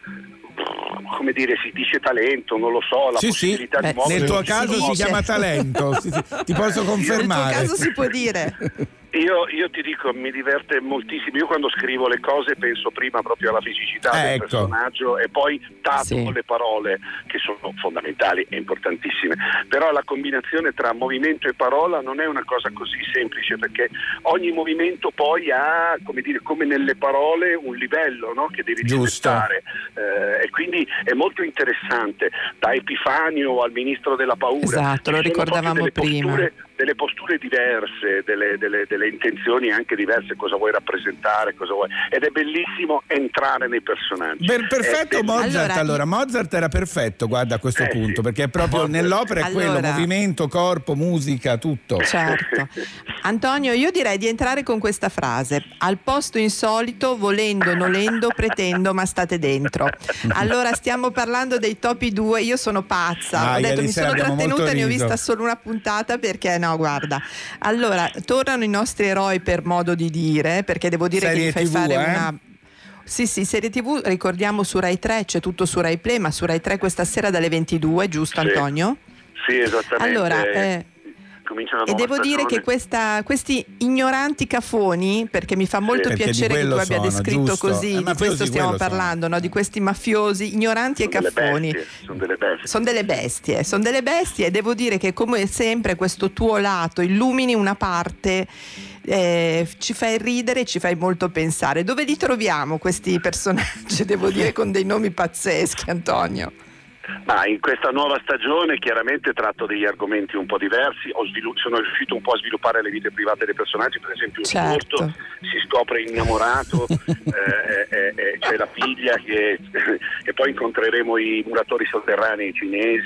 come dire, si dice talento, non lo so, la Sì, possibilità sì. di Eh, muovere. nel tuo caso si chiama talento, sì, sì, ti posso confermare. Nel tuo caso si può dire. Io, io ti dico, mi diverte moltissimo. Io quando scrivo le cose penso prima proprio alla fisicità Eh, del ecco. personaggio e poi tatuo Sì. le parole, che sono fondamentali e importantissime. Però la combinazione tra movimento e parola non è una cosa così semplice, perché ogni movimento poi ha, come dire, come nelle parole, un livello, no? Che devi Giusto. rispettare. Eh, e quindi è molto interessante, da Epifanio al ministro della paura. Esatto, lo Ci sono ricordavamo proprio delle prima. posture, delle posture diverse, delle, delle, delle intenzioni anche diverse, cosa vuoi rappresentare, cosa vuoi, ed è bellissimo entrare nei personaggi. Per, perfetto È Mozart, Allora, allora, Mozart era perfetto, guarda, a questo Eh, punto, sì. perché è proprio Mozart. nell'opera è quello, Allora- movimento, corpo, musica, tutto. Certo. Antonio, io direi di entrare con questa frase: al posto insolito, volendo, nolendo, pretendo, ma state dentro. Allora, stiamo parlando dei Topi due. Io sono pazza, Ah, ho detto ieri mi sera sono abbiamo trattenuta, molto ne ho riso. vista solo una puntata perché no, guarda. Allora, tornano i nostri eroi, per modo di dire, perché devo dire Serie che mi fai tivù, fare eh? una Sì, sì, serie tivù, ricordiamo su Rai tre, c'è tutto su Rai Play, ma su Rai tre questa sera dalle ventidue, giusto Sì. Antonio? Sì, esattamente. Allora, eh, Comincia la e nuova devo dire stagione. che questa, questi ignoranti cafoni, perché mi fa molto Perché di piacere che tu quello abbia sono, descritto giusto. così, Eh, di mafiosi questo stiamo quello sono. parlando, no? Di questi mafiosi ignoranti Sono e delle caffoni. bestie, sono delle bestie. Sono delle bestie, sono delle bestie e devo dire che come sempre questo tuo lato illumini una parte, eh, ci fai ridere e ci fai molto pensare. Dove li troviamo questi personaggi, devo dire, con dei nomi pazzeschi, Antonio? Ma in questa nuova stagione chiaramente tratto degli argomenti un po' diversi, ho svilu- sono riuscito un po' a sviluppare le vite private dei personaggi, per esempio Certo. Urto si scopre innamorato, eh, eh, eh, c'è la figlia che, e poi incontreremo i muratori sotterranei cinesi che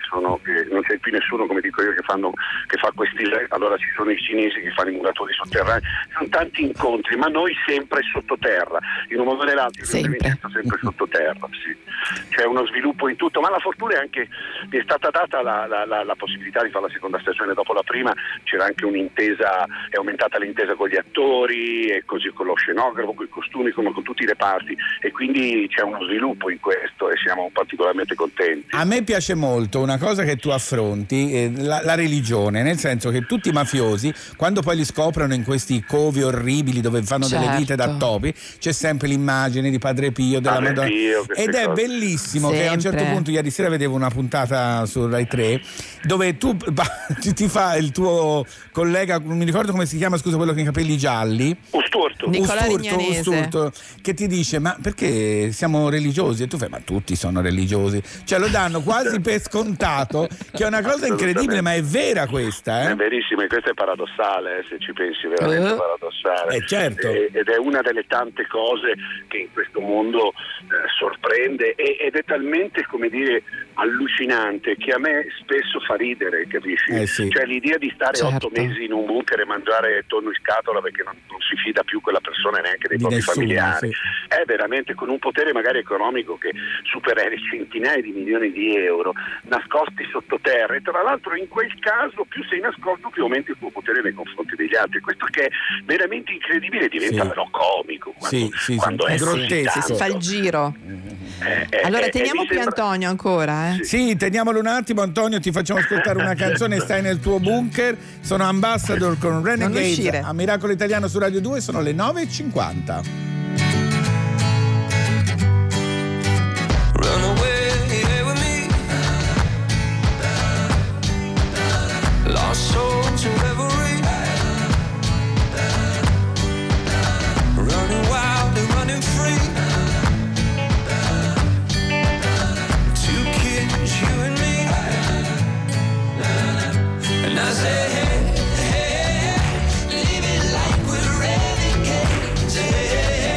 sono, che non c'è più nessuno, come dico io, che, fanno, che fa questi, allora ci sono i cinesi che fanno i muratori sotterranei, sono tanti incontri, ma noi sempre sottoterra, in un modo o nell'altro sempre, sempre sottoterra, sì. C'è uno sviluppo in tutto, ma la fortuna è anche, mi è stata data la, la, la, la possibilità di fare la seconda stagione dopo la prima, c'era anche un'intesa, è aumentata l'intesa con gli attori e così con lo scenografo, con i costumi, come con tutti i reparti, e quindi c'è uno sviluppo in questo e siamo particolarmente contenti. A me piace molto una cosa che tu affronti, eh, la, la religione, nel senso che tutti i mafiosi, quando poi li scoprono in questi covi orribili dove fanno certo. delle vite da topi, c'è sempre l'immagine di Padre Pio, della Padre Madonna, Pio, ed è cose. bellissimo Sempre. che a un certo punto, ieri sera vedevo una puntata su Rai tre dove tu ti fa il tuo collega, non mi ricordo come si chiama, scusa, quello con i capelli gialli, Usturto, Nicola Usturto, Rignanese. Usturto, che ti dice ma perché siamo religiosi? E tu fai ma tutti sono religiosi, cioè lo danno quasi per scontato, che è una cosa incredibile, ma è vera questa, eh? È verissimo, e questo è paradossale, eh, se ci pensi, veramente Eh. paradossale. Eh, certo. E- ed è una delle tante cose che in questo mondo eh, sorprende e- ed è talmente, come dire, allucinante che a me spesso fa ridere, capisci? Eh, sì. Cioè l'idea di stare Certo. otto mesi in un bunker e mangiare tonno in scatola perché non, non si fida più quella persona, neanche dei Di propri nessuno, familiari, sì. è veramente con un potere magari economico che supera le centinaia di milioni di euro nascosti sottoterra, e tra l'altro in quel caso più sei nascosto più aumenti il tuo potere nei confronti degli altri. Questo che è veramente incredibile diventa Sì. però comico quando, Sì, sì, sì, quando è è così grottesco. tanto. Si fa il giro. Eh, eh, Allora eh, teniamo eh, mi qui sembra- Antonio ancora, eh? Sì, teniamolo un attimo, Antonio, ti facciamo ascoltare una canzone, stai nel tuo bunker. Sono Ambassador con Renegades uscire. a Miracolo Italiano su Radio due, sono le nove e cinquanta. Run away with me. Lost soul to reverie. Running wild and running free. Two kids, you and me. And I say, hey, hey, live it like we're renegades. Hey, hey,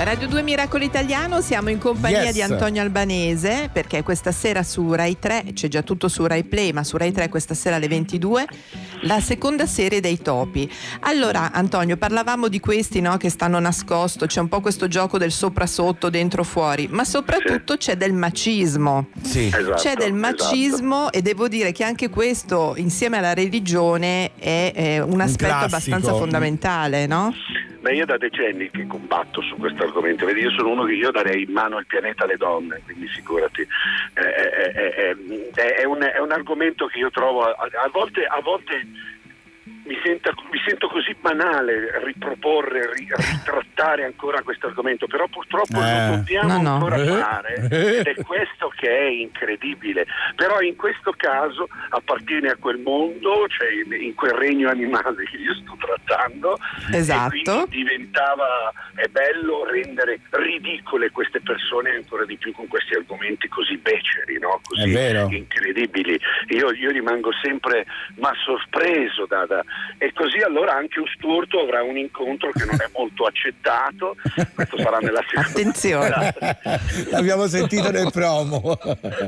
Radio due Miracolo Italiano, siamo in compagnia Yes. di Antonio Albanese, perché questa sera su Rai tre, c'è già tutto su Rai Play, ma su Rai tre questa sera alle ventidue, la seconda serie dei topi. Allora Antonio, parlavamo di questi, no, che stanno nascosto, c'è un po' questo gioco del sopra sotto, dentro fuori, ma soprattutto sì. c'è del macismo. Sì. Esatto, c'è del macismo esatto. E devo dire che anche questo, insieme alla religione, è, è un aspetto classico. abbastanza fondamentale, no? Beh, io da decenni che combatto su questo argomento, vedi, io sono uno che io darei in mano il pianeta alle donne, quindi figurati, eh, eh, eh, eh, è, un, è un argomento che io trovo a, a volte, a volte mi, senta, mi sento così banale riproporre, ri, ritrattare ancora questo argomento, però purtroppo eh, lo dobbiamo no, no. ancora fare, ed è questo che è incredibile. Però in questo caso appartiene a quel mondo, cioè in quel regno animale che io sto trattando, esatto. e quindi diventava, è bello rendere ridicole queste persone ancora di più con questi argomenti così beceri, no? Così incredibili. Io, io rimango sempre ma sorpreso da, da e così allora anche Usturto avrà un incontro che non è molto accettato, questo sarà nella seconda. Attenzione, l'abbiamo sentito nel promo.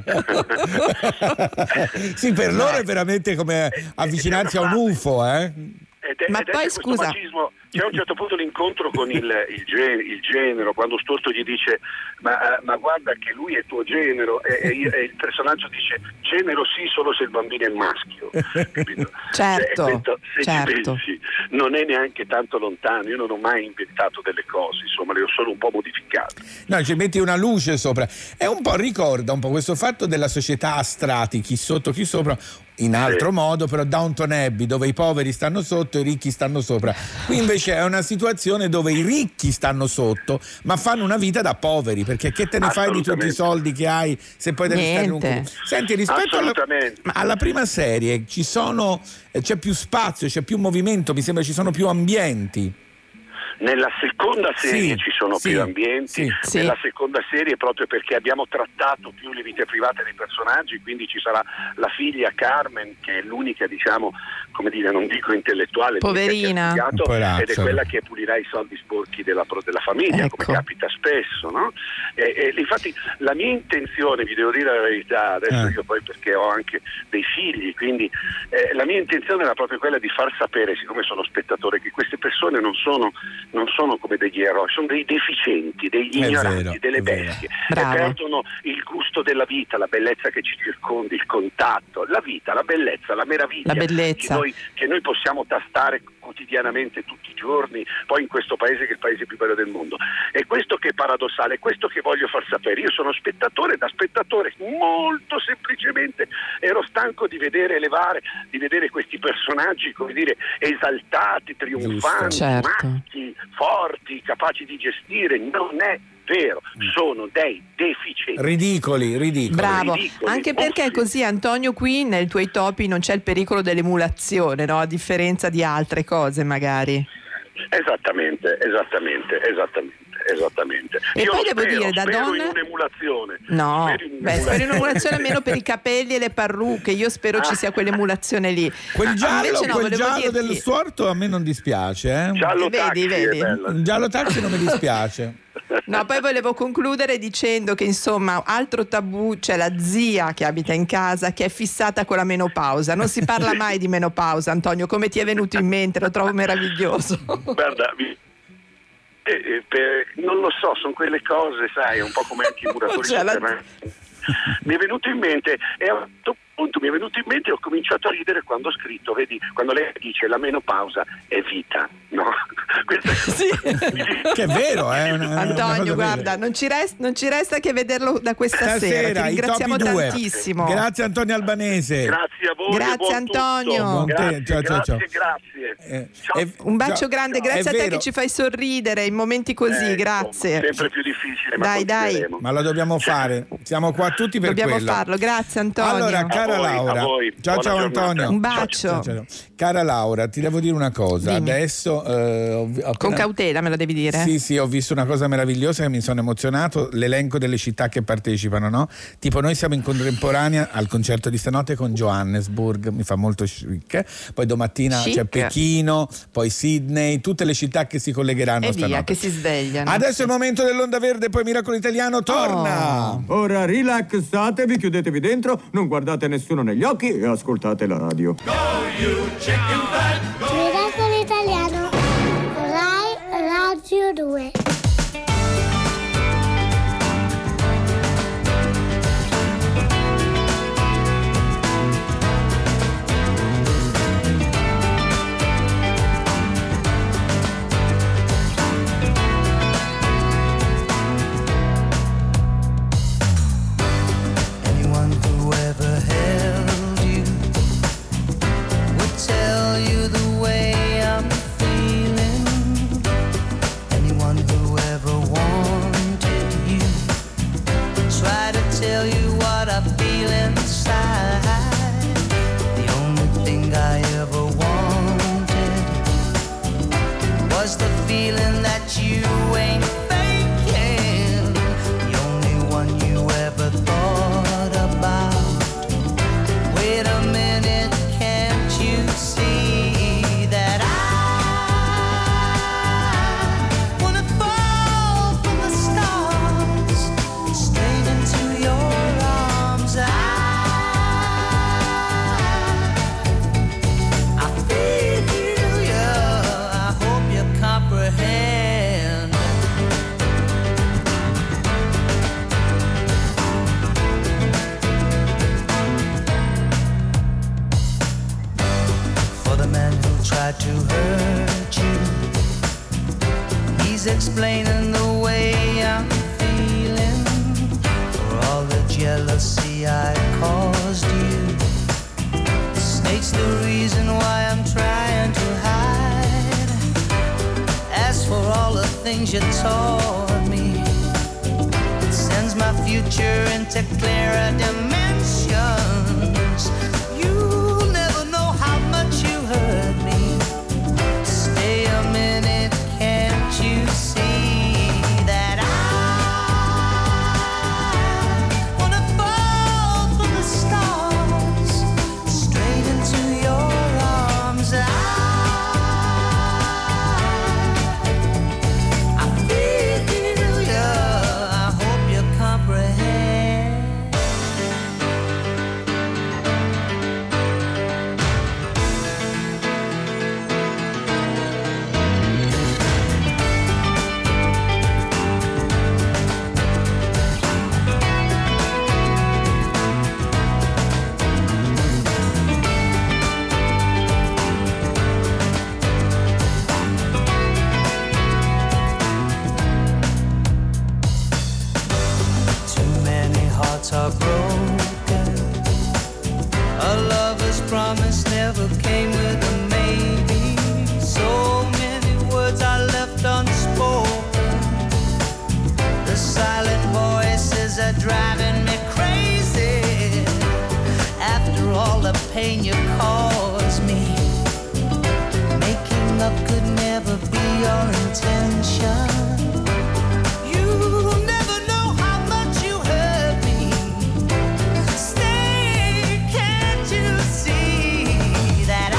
Sì, per loro è veramente come avvicinarsi a un U F O, eh? Ed è, ma ed poi è scusa, macismo, c'è a un certo punto l'incontro con il, il, gen, il genero, quando Storto gli dice ma, ma guarda che lui è tuo genero, e, e, e il personaggio dice genero sì solo se il bambino è maschio, capito? Certo, cioè, questo, se certo. ci pensi non è neanche tanto lontano, io non ho mai inventato delle cose, insomma le ho solo un po' modificate. No, ci metti una luce sopra, è un po', ricorda un po' questo fatto della società a strati, chi sotto chi sopra, in altro sì. modo, però Downton Abbey, dove i poveri stanno sotto e i ricchi stanno sopra. Qui invece è una situazione dove i ricchi stanno sotto, ma fanno una vita da poveri, perché che te ne fai di tutti i soldi che hai se poi devi stare in un cubo? Senti, rispetto alla, alla prima serie ci sono, c'è più spazio, c'è più movimento, mi sembra ci sono più ambienti. Nella seconda serie sì, ci sono sì, più ambienti, sì, nella sì. seconda serie proprio perché abbiamo trattato più le vite private dei personaggi, quindi ci sarà la figlia Carmen, che è l'unica, diciamo, come dire, non dico intellettuale, poverina, che ha studiato, ed è quella che pulirà i soldi sporchi della, della famiglia, ecco. Come capita spesso, no? E, e infatti la mia intenzione, vi devo dire la verità, adesso eh. io poi perché ho anche dei figli, quindi eh, la mia intenzione era proprio quella di far sapere, siccome sono spettatore, che queste persone non sono non sono come degli eroi, sono dei deficienti, degli è ignoranti, vero, delle bestie, e perdono il gusto della vita, la bellezza che ci circonda, il contatto, la vita, la bellezza, la meraviglia, la bellezza. Che, noi, che noi possiamo tastare quotidianamente tutti i giorni, poi in questo paese che è il paese più bello del mondo. E questo che è paradossale, è questo che voglio far sapere. Io sono spettatore, da spettatore molto semplicemente ero stanco di vedere elevare, di vedere questi personaggi, come dire, esaltati, trionfanti, certo. matti, forti, capaci di gestire. Non è vero, sono dei deficienti. Ridicoli, ridicoli. Bravo, ridicoli, anche perché così, Antonio, qui nei tuoi topi non c'è il pericolo dell'emulazione, no? A differenza di altre cose magari. Esattamente, esattamente, esattamente. Esattamente. E Io poi devo spero, dire, da spero donna in un'emulazione. No, spero in beh, spero in un'emulazione almeno per i capelli e le parrucche. Io spero ah. ci sia quell'emulazione lì. Quel giallo, Invece, no, quel giallo dirti... dello Stuarto a me non dispiace. Eh? Giallo vedi, taxi vedi. È bello. Il giallo taxi non mi dispiace. No, poi volevo concludere dicendo che insomma altro tabù, c'è la zia che abita in casa che è fissata con la menopausa. Non si parla mai di menopausa, Antonio, come ti è venuto in mente? Lo trovo meraviglioso. Guarda, mi... eh, eh, per... non lo so, sono quelle cose, sai, un po' come anche i muratori sotterranei. La... Mi è venuto in mente e a un certo punto mi è venuto in mente e ho cominciato a ridere quando ho scritto, vedi, quando lei dice la menopausa è vita, no? Questo... Sì. Che è vero, eh? Una, Antonio, una guarda, non ci, resta, non ci resta che vederlo da questa Stasera, sera. Ti ringraziamo tantissimo. Grazie Antonio Albanese. Grazie a voi. Grazie Antonio. Buon grazie, ciao, ciao, ciao. grazie, grazie. Eh, ciao. è, Un bacio ciao, grande, ciao. grazie È a te vero. che ci fai sorridere in momenti così, Ecco, grazie. Sempre più difficile, ma dai, dai. Ma lo dobbiamo fare. Siamo qua tutti per Dobbiamo quello. farlo, grazie Antonio. Allora, caro cara a voi, Laura. a voi. Ciao Buona ciao giornata. Antonio. Un bacio. Ciao, ciao, ciao. Cara Laura, ti devo dire una cosa. Dimmi. Adesso eh, ho, ho appena... Con cautela me lo devi dire. Sì, sì, ho visto una cosa meravigliosa che mi sono emozionato, l'elenco delle città che partecipano, no? Tipo noi siamo in contemporanea al concerto di stanotte con Johannesburg, mi fa molto chic. Poi domattina Chic. c'è Pechino, poi Sydney, tutte le città che si collegheranno E stanotte. via, che si svegliano. Adesso è il momento dell'Onda Verde, poi Miracolo Italiano torna. Oh. Ora rilassatevi, chiudetevi dentro, non guardate nessuno negli occhi e ascoltate la radio. Miracolo Italiano, Rai Radio due. Anyone who ever held you would tell you the way I'm feeling. Anyone who ever wanted you try to tell you what I feel inside. The only thing I ever wanted was the feeling that you ain't faking. The only one you ever thought about. Wait a minute, can't you see that I wanna fall from the stars straight into your arms? I, I feel you, I hope you comprehend. For the man who tried to hurt you, he's explaining the way I'm feeling. For all the jealousy I caused you, the snake's the reason why I'm trying to hide. As for all the things you taught me, it sends my future into clearer dimensions. You'll never know how much you hurt me. Stay a minute, can't you see that I wanna fall from the stars straight into your arms? I, I feel you, I hope you comprehend. Too many hearts are broken. A lover's promise never came with a maybe. So many words are left unspoken. The silent voices are driving me crazy. After all the pain you caused me, making up could never be your intention. You'll never know how much you hurt me. Stay, can't you see that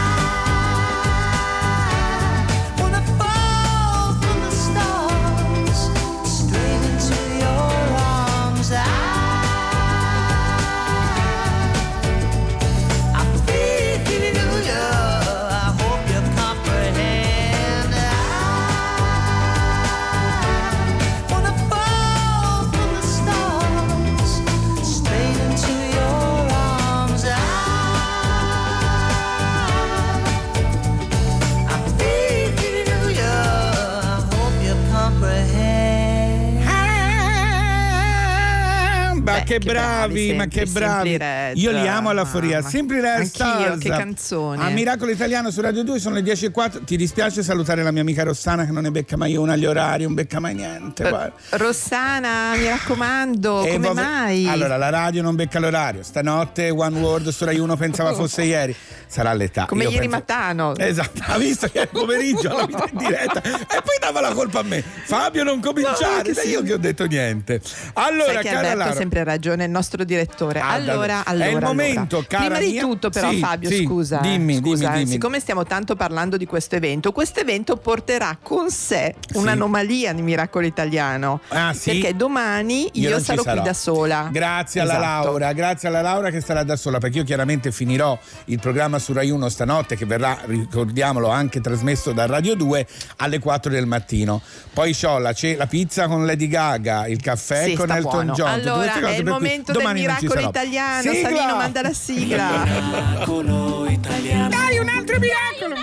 I wanna fall from the stars straight into your arms? I, I feel che, che bravi, bravi ma che sempre, bravi. Simply Red. Io li amo alla follia. Mamma. Simply Red Anch'io, Stars. che canzoni. A Miracolo Italiano su Radio due sono le dieci e quattro. Ti dispiace salutare la mia amica Rossana che non ne becca mai una agli orari, non becca mai niente. Uh, Rossana, mi raccomando, E come vabbè, mai? Allora, la radio non becca l'orario. Stanotte One World su Rai uno pensava fosse ieri. Sarà l'età. Come Io ieri penso... Matano. Esatto, ha visto che è pomeriggio alla vita in diretta e poi dava la colpa a me. Fabio, non cominciare, No, che dai, sì. io che ho detto niente. Allora, Sai che cara Alberto Laura, ha sempre ragione, il nostro direttore. Ah, allora, davvero. allora, È il momento, allora. cara Prima di mia- tutto, però, Sì, Fabio, sì, scusa, dimmi, eh, scusa, dimmi, eh, dimmi. siccome stiamo tanto parlando di questo evento, questo evento porterà con sé un'anomalia di Miracolo Italiano. Ah, sì? Perché domani io, non ci sarò sarò. qui da sola. Grazie alla Esatto. Laura, grazie alla Laura che starà da sola, perché io chiaramente finirò il programma su Rai uno stanotte, che verrà, ricordiamolo, anche trasmesso da Radio due alle quattro del mattino. Poi c'ho la, ce- la pizza con Lady Gaga, il caffè Sì, con sta Elton buono. John. tutte Allora, queste cose, è il per cui momento del domani non ci miracolo sarò. italiano. Sigla! Savino, manda la sigla. Miracolo italiano. Dai, un altro miracolo.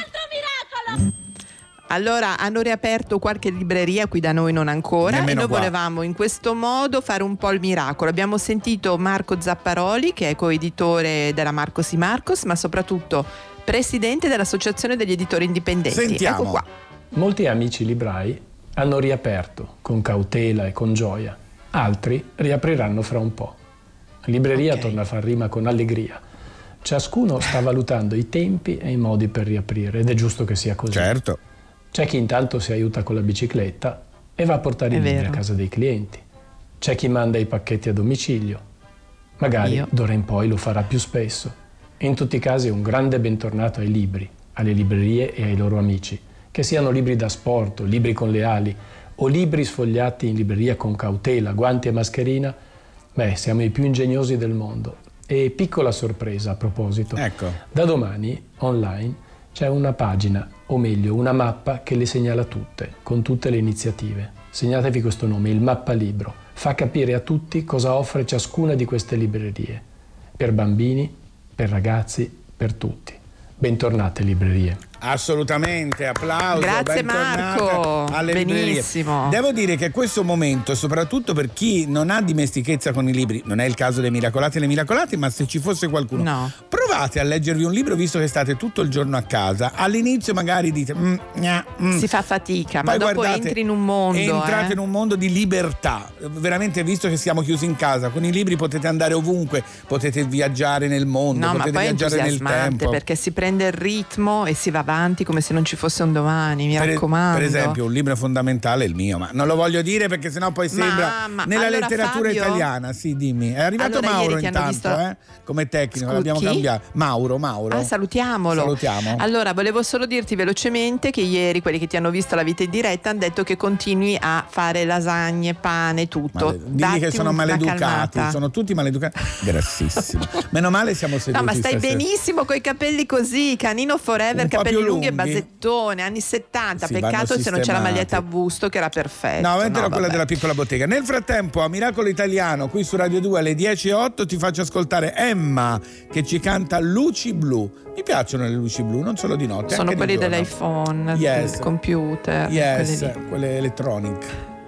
Allora, hanno riaperto qualche libreria qui da noi, non ancora, Nemmeno e noi qua. volevamo in questo modo fare un po' il miracolo. Abbiamo sentito Marco Zapparoli, che è coeditore della Marcos y Marcos, ma soprattutto presidente dell'Associazione degli Editori Indipendenti. Ecco qua. Molti amici librai hanno riaperto con cautela e con gioia, altri riapriranno fra un po'. La libreria Ok. torna a far rima con allegria. Ciascuno sta valutando i tempi e i modi per riaprire ed è giusto che sia così. Certo. C'è chi intanto si aiuta con la bicicletta e va a portare È i libri vero. a casa dei clienti. C'è chi manda i pacchetti a domicilio. Magari Io. d'ora in poi lo farà più spesso. In tutti i casi un grande bentornato ai libri, alle librerie e ai loro amici. Che siano libri da sport, o libri con le ali, o libri sfogliati in libreria con cautela, guanti e mascherina, beh, siamo i più ingegnosi del mondo. E piccola sorpresa a proposito, Ecco. da domani online c'è una pagina, o meglio una mappa che le segnala tutte, con tutte le iniziative. Segnatevi questo nome, il Mappalibro. Fa capire a tutti cosa offre ciascuna di queste librerie. Per bambini, per ragazzi, per tutti. Bentornate librerie. Assolutamente, applauso. Grazie, bentornata Marco. alle librerie. Benissimo. Devo dire che questo momento, soprattutto per chi non ha dimestichezza con i libri, non è il caso dei Miracolati e le Miracolate, ma se ci fosse qualcuno, No. provate a leggervi un libro visto che state tutto il giorno a casa. All'inizio magari dite mm, gna, mm. Si fa fatica, ma Poi dopo guardate, entri in un mondo. entrate eh. in un mondo di libertà. Veramente, visto che siamo chiusi in casa, con i libri potete andare ovunque, potete viaggiare nel mondo, No, ma potete poi è viaggiare nel entusiasmante tempo. perché si prende il ritmo e si va avanti come se non ci fosse un domani, mi Per- raccomando. Per esempio, un libro fondamentale è il mio, ma non lo voglio dire perché sennò poi sembra ma nella allora, letteratura Fabio? italiana. Sì, dimmi. È arrivato Allora, Mauro ieri ti hanno intanto, visto- eh? Come tecnico, Scusi, l'abbiamo chi? cambiato. Mauro, Mauro. Ah, salutiamolo. Salutiamo. Allora, volevo solo dirti velocemente che ieri quelli che ti hanno visto la vita in diretta hanno detto che continui a fare lasagne, pane, tutto. Male- Digli Datti che sono una maleducati, calmata. sono tutti maleducati. Grassissimo. Meno male siamo seduti. No, ma stai stasera. benissimo coi capelli così, canino forever, Un po' capelli più lunghi e lunghi. basettone, anni settanta. Sì, Peccato vanno se non c'è la sistemati. maglietta a busto che era perfetta. No, mentre No, era quella vabbè. della piccola bottega. Nel frattempo, a Miracolo Italiano, qui su Radio due alle dieci e otto, ti faccio ascoltare Emma che ci canta Luci Blu. Mi piacciono le luci blu, non solo di notte. Sono anche quelli di giorno. dell'iPhone, Yes. del computer. Yes, quelli lì. quelle electronic.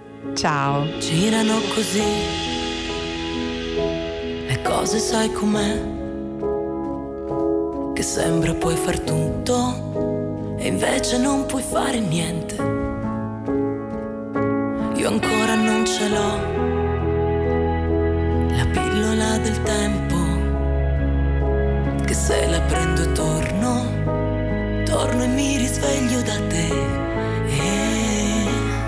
Ciao. Girano così, le cose sai com'è, che sembra puoi far tutto e invece non puoi fare niente. Io ancora non ce l'ho, la pillola del tempo, che se la prendo torno, torno e mi risveglio da te. E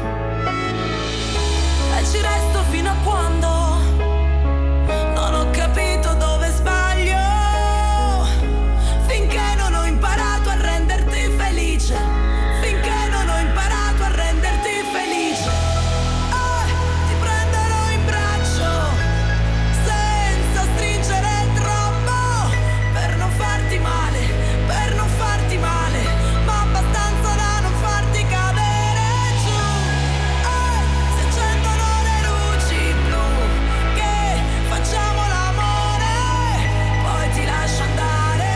ci resto fino a quando non ho capito dove sbaglio, finché non ho imparato a renderti felice, finché non ho imparato a renderti felice. Eh, ti prenderò in braccio senza stringere troppo, per non farti male, per non farti male, ma abbastanza da non farti cadere giù. Eh, si accendono le luci blu, che facciamo l'amore, poi ti lascio andare.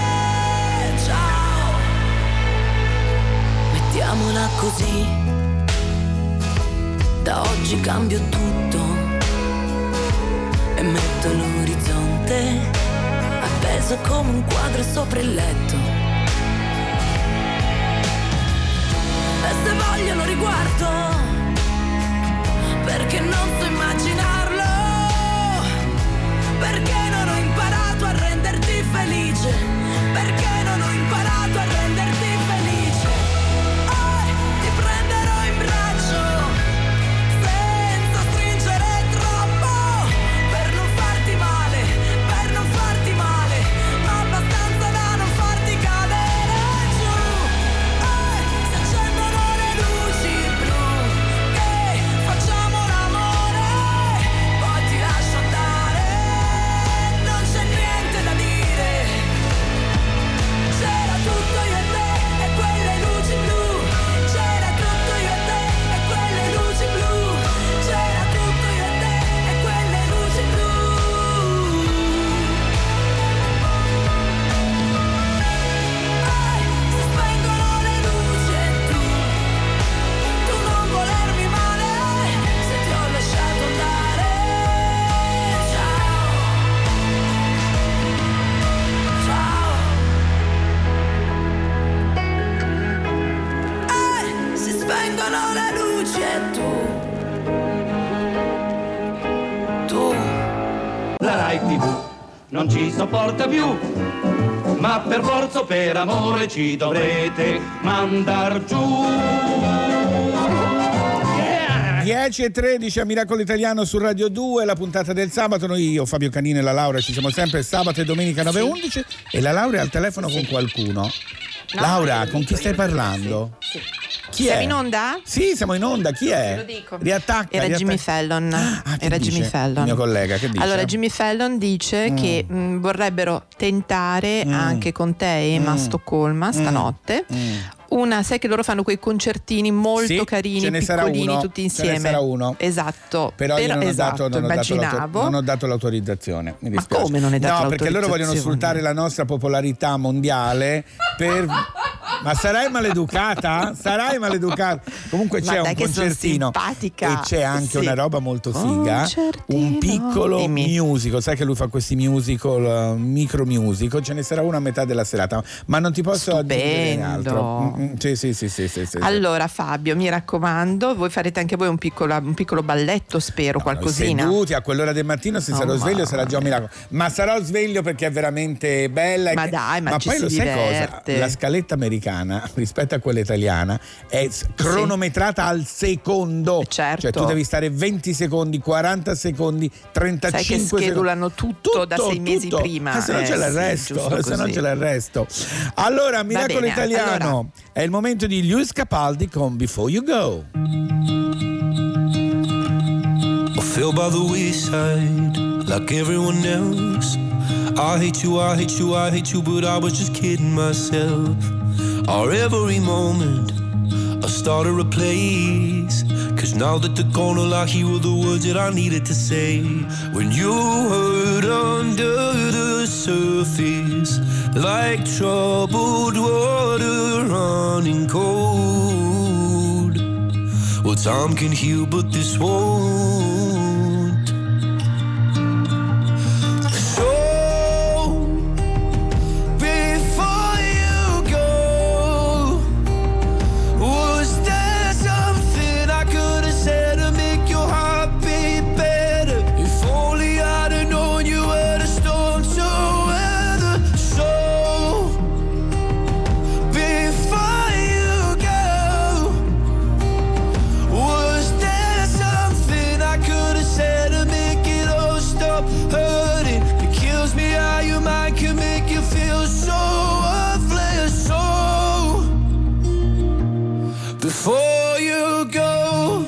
Ciao. Mettiamola così, da oggi cambio tutto e metto l'orizzonte appeso come un quadro sopra il letto. E se voglio lo riguardo, perché non so immaginarlo, perché non ho imparato a renderti felice, perché non ho imparato a renderti felice. Oh, ti prenderò in braccio senza stringere troppo, per non farti male, per non farti male, ma abbastanza da non farti cadere giù. Oh, si accendono le luci blu, che facciamo l'amore, poi ti lascio andare, non c'è niente da dire. C'era tutto io e te e quelle luci blu, c'era tutto io e te e quelle luci blu, c'era tutto io e te e quelle luci blu. Ehi, si spengono le luci e tu, tu non volermi male, se ti ho lasciato andare. Ciao, ciao. Eh, si spengono le luci e tu, tu. La Rai tivù non ci sopporta più, ma per forza o per amore ci dovrete mandar giù. dieci e tredici a Miracolo Italiano su Radio due, la puntata del sabato. Noi, io, Fabio Canini e la Laura ci siamo sempre sabato e domenica nove e undici e la Laura è al telefono con qualcuno. No, Laura, io lo con dico, chi stai io lo dico, parlando? sì, sì. Chi Siamo è? in onda? Sì, siamo in onda. Chi è? Te lo dico. Riattacca. Era riattacca. Jimmy Fallon. Ah, che Era dice? Jimmy Fallon. Il mio collega, che dice? Allora, Jimmy Fallon dice Mm. che mh, vorrebbero tentare Mm. anche con te, Emma, Mm. a Stoccolma stanotte. Mm. Una, sai che loro fanno quei concertini molto Sì, carini, ce ne sarà piccolini, uno, tutti ce insieme. ne sarà uno. Esatto. Però, io non ho, esatto, dato, non, ho dato immaginavo. l'autor- non ho dato l'autorizzazione. Mi Ma dispiace. come non hai dato No, perché loro vogliono l'autorizzazione? sfruttare la nostra popolarità mondiale per. Ma sarai maleducata? Sarai maleducata? Comunque c'è Ma dai un che son concertino simpatica. e c'è anche Sì. una roba molto figa, Concertino. un piccolo Dimmi. musical. Sai che lui fa questi musical, uh, micro musical, ce ne sarà una a metà della serata, ma non ti posso aggiungere altro. Mm, mm, Sì, sì, sì, sì, sì, sì. Allora Fabio, mi raccomando, voi farete anche voi un piccolo, un piccolo balletto, spero, qualcosina. Noi seduti a quell'ora del mattino, se Oh, sarò sveglio mamma sarà già un miracolo. Ma sarò sveglio perché è veramente bella. e Ma che- dai, ma ci poi si lo sai diverte. cosa? La scaletta americana rispetto a quella italiana è s- cronometrata al secondo. Certo. Cioè tu devi stare venti secondi, quaranta secondi, trentacinque Sai che secondi. schedulano tutto, da sei mesi tutto. prima. Eh, se no Eh, c'è sì, l'arresto, giusto se no così. c'è l'arresto. Allora, Miracolo bene, Italiano, allora. è il momento di Luis Capaldi con Before You Go. I fell by the wayside like everyone else. I hate you, I hate you, I hate you, but I was just kidding myself. Our every moment I started a place, cause now that they're gone, all I hear were the words that I needed to say. When you hurt under the surface, like troubled water running cold. Well, time can heal, but this won't. So, before you go, was there something I could have said to make your heart beat better? If only I'd have known you were the storm to weather. So, before you go, was there something I could have said to make it all stop hurting? It kills me how your mind can make you feel so worthless. So, before you go,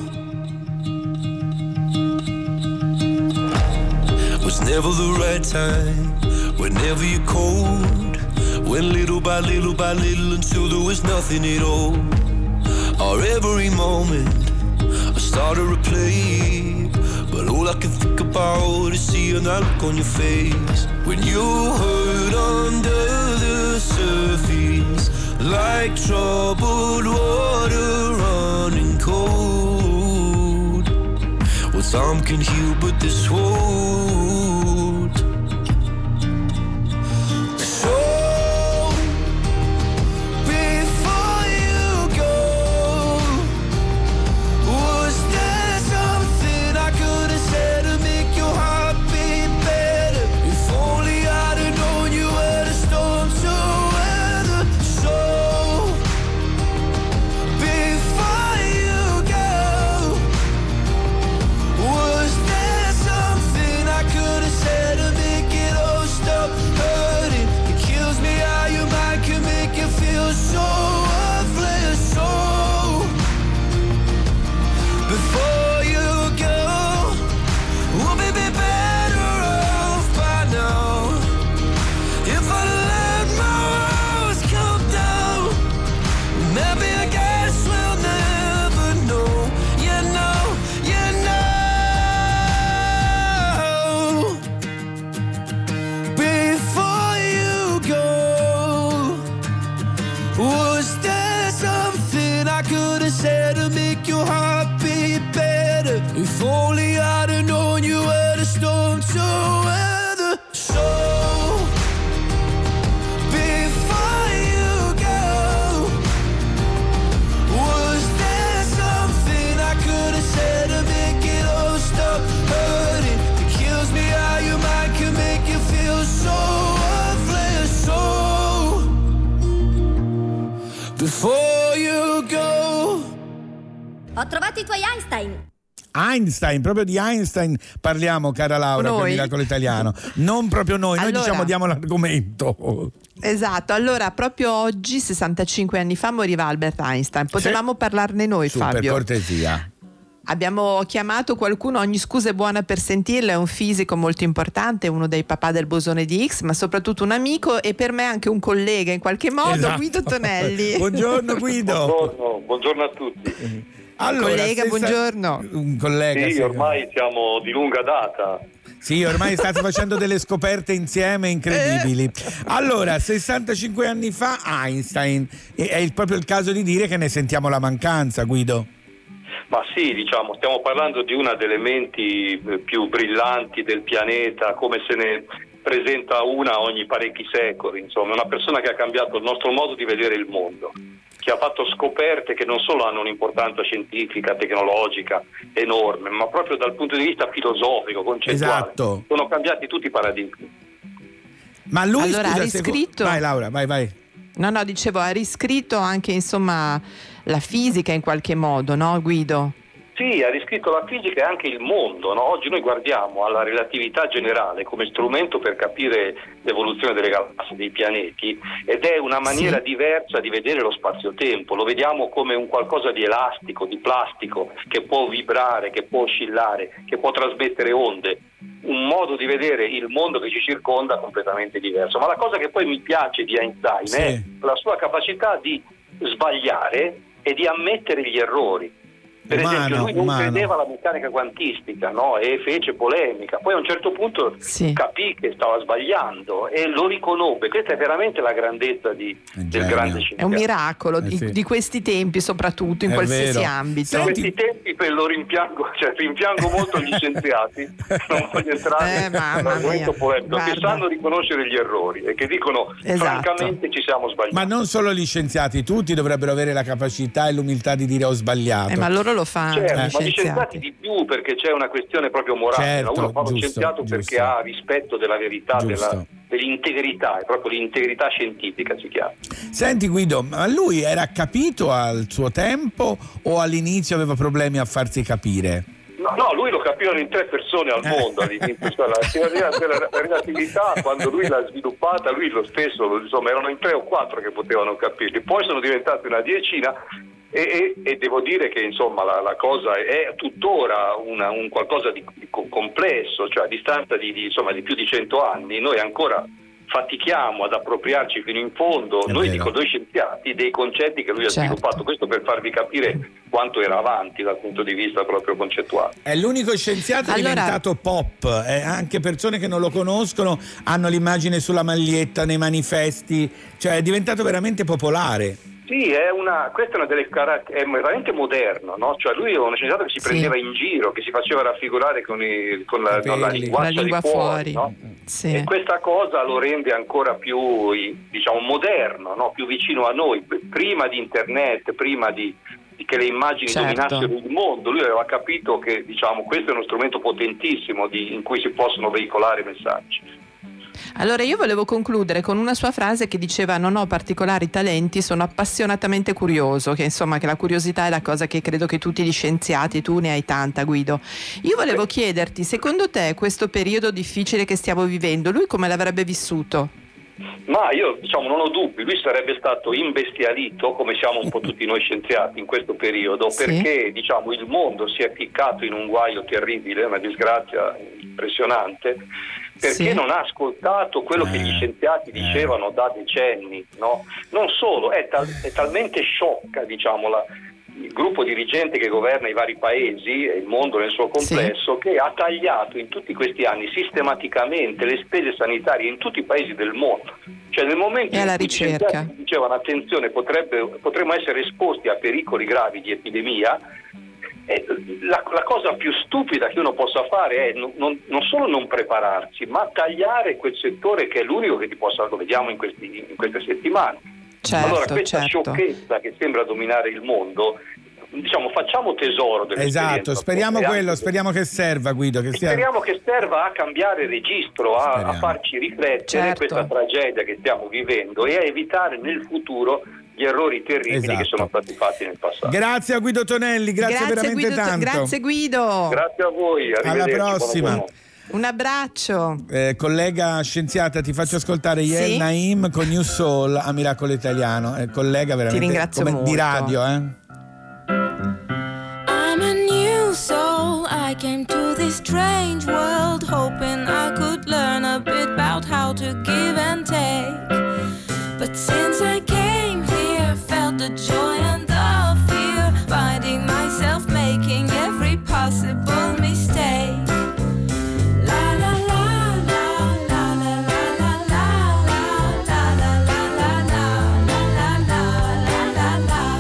was never the right time, whenever you're cold, when little by little by little until there was nothing at all. Our every moment I started to replay, but all I can think about is seeing that look on your face. When you hurt under the surface, like troubled water running cold. Well, time can heal, but this won't. say to make your heart beat better? If only I'd have known you were the storm to weather. So before you go, was there something I could have said to make it all stop hurting? It kills me how your mind can make you feel so worthless. So before you go. Ho trovato i tuoi Einstein. Einstein, proprio di Einstein parliamo, cara Laura, Noi. per Miracolo Italiano. Non proprio noi, noi Allora. diciamo diamo l'argomento. Esatto, allora proprio oggi, sessantacinque anni fa, moriva Albert Einstein. Potevamo parlarne noi, Su, per Fabio. cortesia. Abbiamo chiamato qualcuno, ogni scusa è buona per sentirlo, è un fisico molto importante, uno dei papà del bosone di Higgs, ma soprattutto un amico e per me anche un collega in qualche modo, Esatto. Guido Tonelli. Buongiorno Guido. Buongiorno, buongiorno a tutti. Allora, collega, stessa- buongiorno. Un collega. Sì, sì. ormai siamo di lunga data. Sì, ormai state facendo delle scoperte insieme incredibili. Allora, sessantacinque anni fa Einstein, e- è il- proprio il caso di dire che ne sentiamo la mancanza, Guido. Ma sì, diciamo, stiamo parlando di una delle menti eh, più brillanti del pianeta, come se ne presenta una ogni parecchi secoli, insomma, una persona che ha cambiato il nostro modo di vedere il mondo, che ha fatto scoperte che non solo hanno un'importanza scientifica, tecnologica enorme, ma proprio dal punto di vista filosofico, concettuale. Esatto. Sono cambiati tutti i paradigmi. Ma lui, Allora, scusa, ha se- riscritto- Vai Laura, vai, vai. No, no, dicevo, ha riscritto anche insomma la fisica in qualche modo, no Guido? Sì, ha riscritto la fisica e anche il mondo, no? Oggi noi guardiamo alla relatività generale come strumento per capire l'evoluzione delle galassie, dei pianeti, ed è una maniera Sì. diversa di vedere lo spazio-tempo. Lo vediamo come un qualcosa di elastico, di plastico, che può vibrare, che può oscillare, che può trasmettere onde. Un modo di vedere il mondo che ci circonda completamente diverso. Ma la cosa che poi mi piace di Einstein Sì. è la sua capacità di sbagliare e di ammettere gli errori. Per Umano, esempio, lui non umano. credeva alla meccanica quantistica, no? E fece polemica. Poi a un certo punto Sì. capì che stava sbagliando e lo riconobbe. Questa è veramente la grandezza di, del genio. grande È un scienziato. miracolo Eh di, sì. di questi tempi, soprattutto in È qualsiasi vero. ambito. In Senti- questi tempi per lo rimpiango, cioè rimpiango molto gli scienziati, non voglio entrare Eh, mamma in un argomento mia. polemico, che Guarda. sanno riconoscere gli errori e che dicono Esatto. francamente ci siamo sbagliati. Ma non solo gli scienziati, tutti dovrebbero avere la capacità e l'umiltà di dire ho sbagliato. Eh, ma loro lo fanno, Certo, gli ma gli scienziati. scienziati di più, perché c'è una questione proprio morale. Certo, Uno fa lo giusto, scienziato giusto. perché ha rispetto della verità, Giusto. della, dell'integrità, è proprio l'integrità scientifica si chiama. Senti Guido, ma lui era capito al suo tempo o all'inizio aveva problemi a farsi capire? No, no, lui lo capivano in tre persone al mondo all'inizio, cioè la teoria della relatività, quando lui l'ha sviluppata, lui lo stesso, insomma, erano in tre o quattro che potevano capirli, poi sono diventati una decina. E, e, e devo dire che insomma la, la cosa è tuttora una, un qualcosa di, di co- complesso, cioè a distanza di, di, insomma, di più di cento anni noi ancora fatichiamo ad appropriarci fino in fondo, È noi vero. dico noi scienziati, dei concetti che lui ha Certo. sviluppato, questo per farvi capire quanto era avanti dal punto di vista proprio concettuale. È l'unico scienziato Allora- diventato pop, eh, anche persone che non lo conoscono hanno l'immagine sulla maglietta, nei manifesti, cioè è diventato veramente popolare. Sì, è una, questa è una delle caratter- è veramente moderno, no? Cioè lui è uno scienziato che si Sì. prendeva in giro, che si faceva raffigurare con, i, con la, no, la Capelli. linguaccia La lingua di fuori, fuori. no? Sì. E questa cosa lo rende ancora più, i- diciamo, moderno, no? Più vicino a noi, P- prima di internet, prima di, di che le immagini Certo. dominassero il mondo. Lui aveva capito che, diciamo, questo è uno strumento potentissimo di- in cui si possono veicolare messaggi. Allora io volevo concludere con una sua frase che diceva: non ho particolari talenti, sono appassionatamente curioso, che insomma che la curiosità è la cosa che credo che tutti gli scienziati, tu ne hai tanta Guido. Io volevo chiederti, secondo te questo periodo difficile che stiamo vivendo, lui come l'avrebbe vissuto? Ma io diciamo non ho dubbi, lui sarebbe stato imbestialito come siamo un po' tutti noi scienziati in questo periodo, Sì. perché diciamo il mondo si è ficcato in un guaio terribile, una disgrazia impressionante, perché Sì. non ha ascoltato quello che gli scienziati dicevano da decenni, no? Non solo, è, tal- è talmente sciocca diciamo la, il gruppo dirigente che governa i vari paesi e il mondo nel suo complesso, sì, che ha tagliato in tutti questi anni sistematicamente le spese sanitarie in tutti i paesi del mondo. Cioè nel momento in cui gli dicevano attenzione, potrebbe, potremmo essere esposti a pericoli gravi di epidemia, eh, la, la cosa più stupida che uno possa fare è non, non, non solo non prepararsi, ma tagliare quel settore che è l'unico che ti possa, lo vediamo in, questi, in queste settimane. Certo, allora questa certo. sciocchezza che sembra dominare il mondo, diciamo, facciamo tesoro dell'esperienza. Esatto, speriamo quello, speriamo che serva, Guido, che sia... speriamo che serva a cambiare registro, a, a farci riflettere Certo. questa tragedia che stiamo vivendo e a evitare nel futuro gli errori terribili Esatto. che sono stati fatti nel passato. Grazie a Guido Tonelli, grazie, Grazie, veramente Guido, tanto. Grazie Guido. Grazie a voi, Alla arrivederci, prossima. buona giornata. Un abbraccio. Eh, collega scienziata, ti faccio ascoltare Yael Sì? Naim con New Soul a Miracolo Italiano. Eh, collega veramente ringrazio come molto. di radio, eh? I'm a new soul. I came to this strange world hoping I could learn a bit about how to give and take. But since I came here, felt the joy and the fear, finding myself making every possible mistake. La la la la la la la la la la la la la la la la la.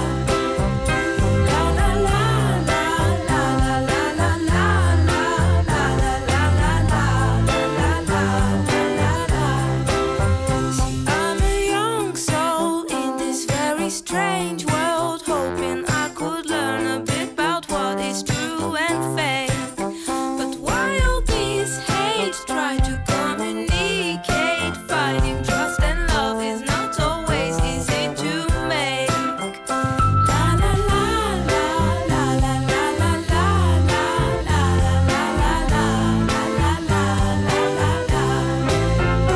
I'm a young soul in this very strange world, hoping I could learn a bit about what is true and fake. But why all these hates try to communicate? Finding trust and love is not always easy to make. La la la la la la la la la la la la la la la la la.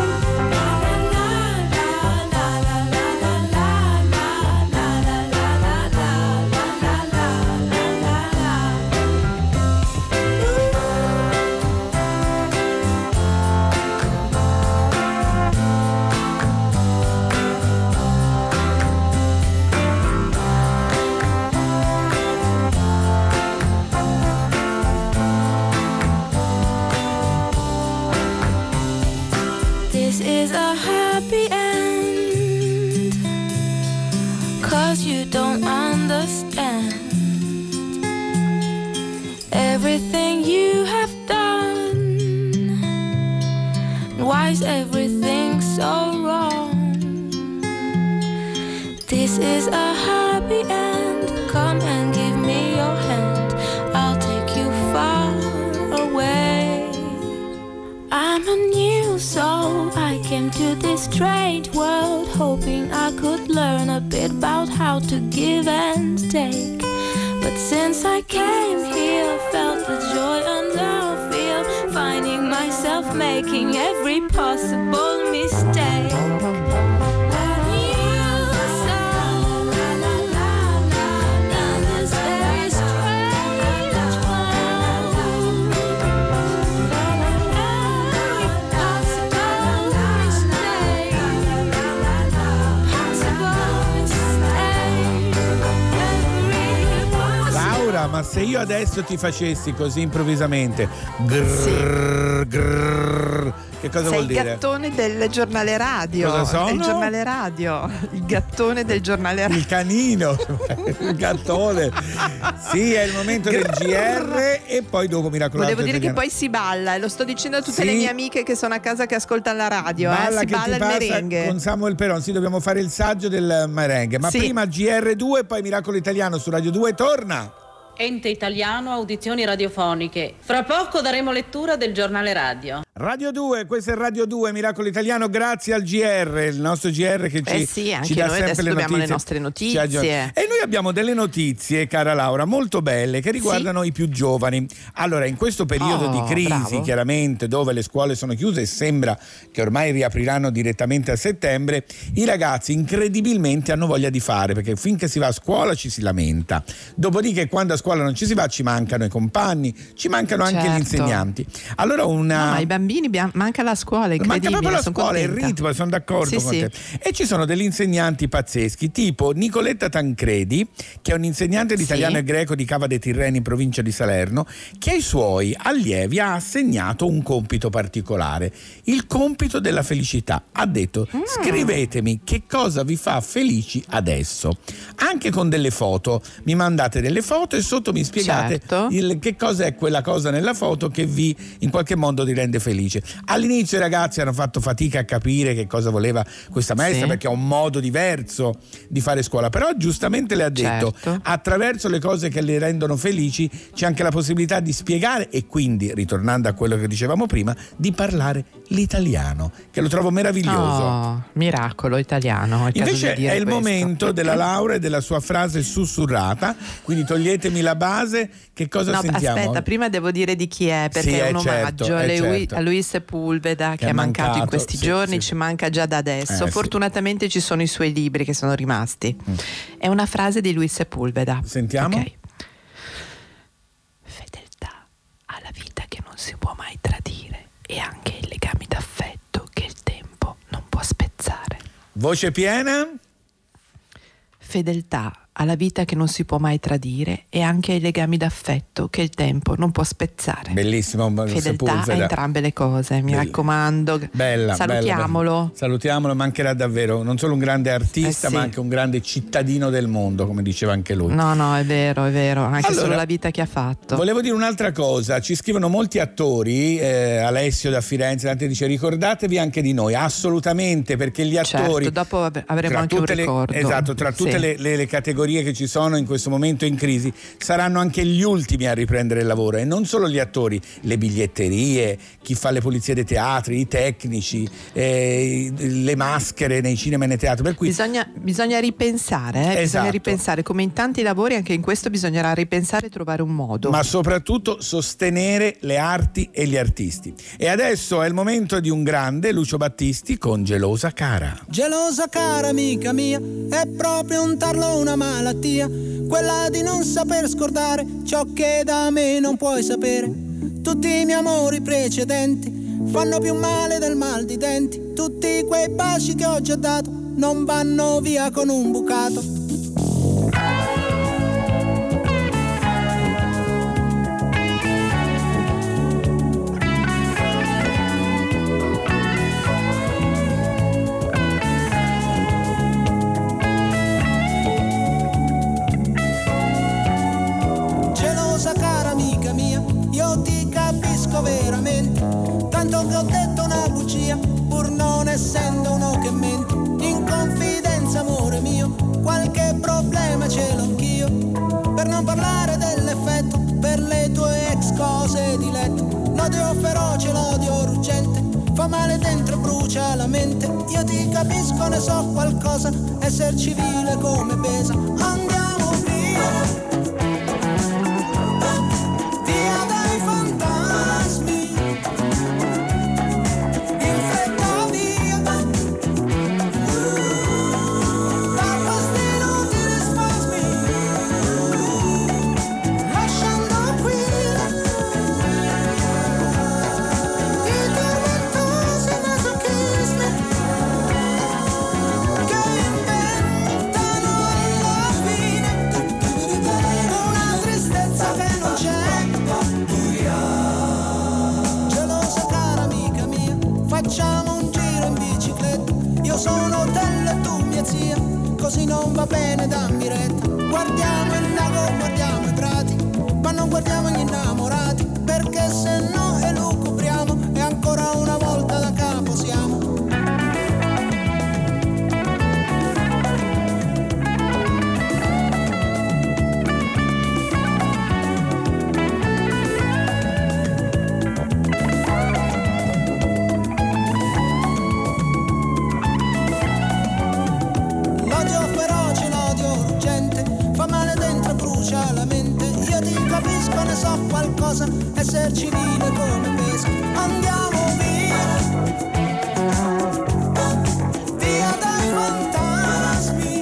This is a happy end, 'cause you don't understand everything you have done. Why is everything so wrong? This is a happy end. Come and give me your hand, I'll take you far away. I'm a new soul. I came to this strange world hoping I could learn a bit about how to give and take. But since I came here, felt the joy and the fear, finding myself making every possible mistake. Ma se io adesso ti facessi così improvvisamente grrr, grrr, che cosa Sei vuol dire? il gattone del giornale radio. Cosa sono? Del giornale radio. Il gattone del giornale radio. Il canino, il gattone. Sì, è il momento del G R e poi dopo Miracolo. Volevo dire che poi si balla, e lo sto dicendo a tutte Sì. le mie amiche che sono a casa che ascoltano la radio. Balla eh, si che balla ti il passa merengue. con Samuel Peron. Sì, dobbiamo fare il saggio del merengue. Ma Sì. prima G R due, poi Miracolo Italiano su Radio due torna. Ente Italiano Audizioni Radiofoniche. Fra poco daremo lettura del giornale radio. Radio due, questo è Radio due, Miracolo Italiano, grazie al G R, il nostro G R che ci, Eh sì, anche ci dà noi sempre adesso le dobbiamo notizie. le nostre Ci notizie. aggiorna. E noi abbiamo delle notizie, cara Laura, molto belle, che riguardano i più giovani. Allora, in questo periodo Oh, di crisi, bravo. chiaramente, dove le scuole sono chiuse e sembra che ormai riapriranno direttamente a settembre, i ragazzi incredibilmente hanno voglia di fare, perché finché si va a scuola ci si lamenta. Dopodiché, quando a scuola non ci si va, ci mancano i compagni, ci mancano anche Certo. gli insegnanti. Allora una... No, ma i bambini bambini, manca la scuola, incredibile. Manca proprio la sono scuola, il contenta. ritmo, sono d'accordo Sì, con sì. te. E ci sono degli insegnanti pazzeschi, tipo Nicoletta Tancredi, che è un insegnante di italiano Sì. e greco di Cava dei Tirreni in provincia di Salerno, che ai suoi allievi ha assegnato un compito particolare, il compito della felicità. Ha detto: Mm. scrivetemi che cosa vi fa felici adesso, anche con delle foto. Mi mandate delle foto e sotto mi spiegate Certo. il, che cosa è quella cosa nella foto che vi in qualche modo ti rende felice. All'inizio i ragazzi hanno fatto fatica a capire che cosa voleva questa maestra, Sì. perché ha un modo diverso di fare scuola, però giustamente le ha detto: Certo. attraverso le cose che le rendono felici c'è anche la possibilità di spiegare e quindi, ritornando a quello che dicevamo prima, di parlare l'italiano, che lo trovo meraviglioso. Oh, miracolo italiano. il caso Invece di dire è il questo. momento della Laura e della sua frase sussurrata, quindi toglietemi la base. Che cosa No, sentiamo? aspetta, prima devo dire di chi è, perché Sì, è è un certo, omaggio è a Lui- certo. a Luis Sepulveda, che, è è mancato, mancato, in questi sì, giorni, sì. ci manca già da adesso. Eh, sì. Fortunatamente ci sono i suoi libri che sono rimasti. Mm. È una frase di Luis Sepulveda. Sentiamo. Ok. Fedeltà alla vita che non si può mai tradire e anche i legami d'affetto che il tempo non può spezzare. Voce piena? Fedeltà alla vita che non si può mai tradire e anche ai legami d'affetto che il tempo non può spezzare. Bellissimo. Fedeltà a Sepulveda. entrambe le cose, mi Bella. raccomando. Bella, Salutiamolo. bella, bella. Salutiamolo, mancherà davvero non solo un grande artista, Eh sì. ma anche un grande cittadino del mondo, come diceva anche lui. No, no, è vero, è vero, anche Allora, solo la vita che ha fatto. Volevo dire un'altra cosa, ci scrivono molti attori, eh, Alessio da Firenze Dante dice: ricordatevi anche di noi. Assolutamente, perché gli attori, Certo, dopo av- avremo tra anche un tutte le- ricordo. esatto, tra tutte Sì. le, le- le categorie che ci sono in questo momento in crisi, saranno anche gli ultimi a riprendere il lavoro, e non solo gli attori, le biglietterie, chi fa le pulizie dei teatri, i tecnici, eh, le maschere nei cinema e nei teatri, per cui Bisogna, bisogna ripensare, eh? bisogna Esatto. ripensare, come in tanti lavori anche in questo bisognerà ripensare e trovare un modo. ma soprattutto sostenere le arti e gli artisti. E adesso è il momento di un grande, Lucio Battisti, con Gelosa Cara. Gelosa cara amica mia, è proprio un tarlo, una malattia, quella di non saper scordare ciò che da me non puoi sapere. Tutti i miei amori precedenti fanno più male del mal di denti. Tutti quei baci che ho già dato non vanno via con un bucato. Gelosa cara amica mia, io ti capisco veramente, tanto che ho detto una bugia, pur non essendo uno che mente. In confidenza amore mio, qualche problema ce l'ho anch'io, per non parlare dell'effetto, per le tue ex cose di letto. L'odio feroce, l'odio ruggente, fa male dentro, brucia la mente. Io ti capisco, ne so qualcosa, esser civile come pesa. Andiamo via, via dai fantasmi, in fretta via, da questi inutili spasmi, lasciando qui i tormentosi masochismi che inventano alla fine una tristezza che non c'è. Gelosa cara amica mia, facciamo un giro in bicicletta, io sono hotel e tu mia zia, così non va bene, dammi retta. Guardiamo il lago, guardiamo i prati, ma non guardiamo gli innamorati, perché se no elucubriamo e ancora una volta da capo siamo. L'odio feroce, l'odio ruggente, fa male dentro, brucia la mente. Io ti capisco, ne so qualcosa, esser civile come pesa. Andiamo via, via dai fantasmi,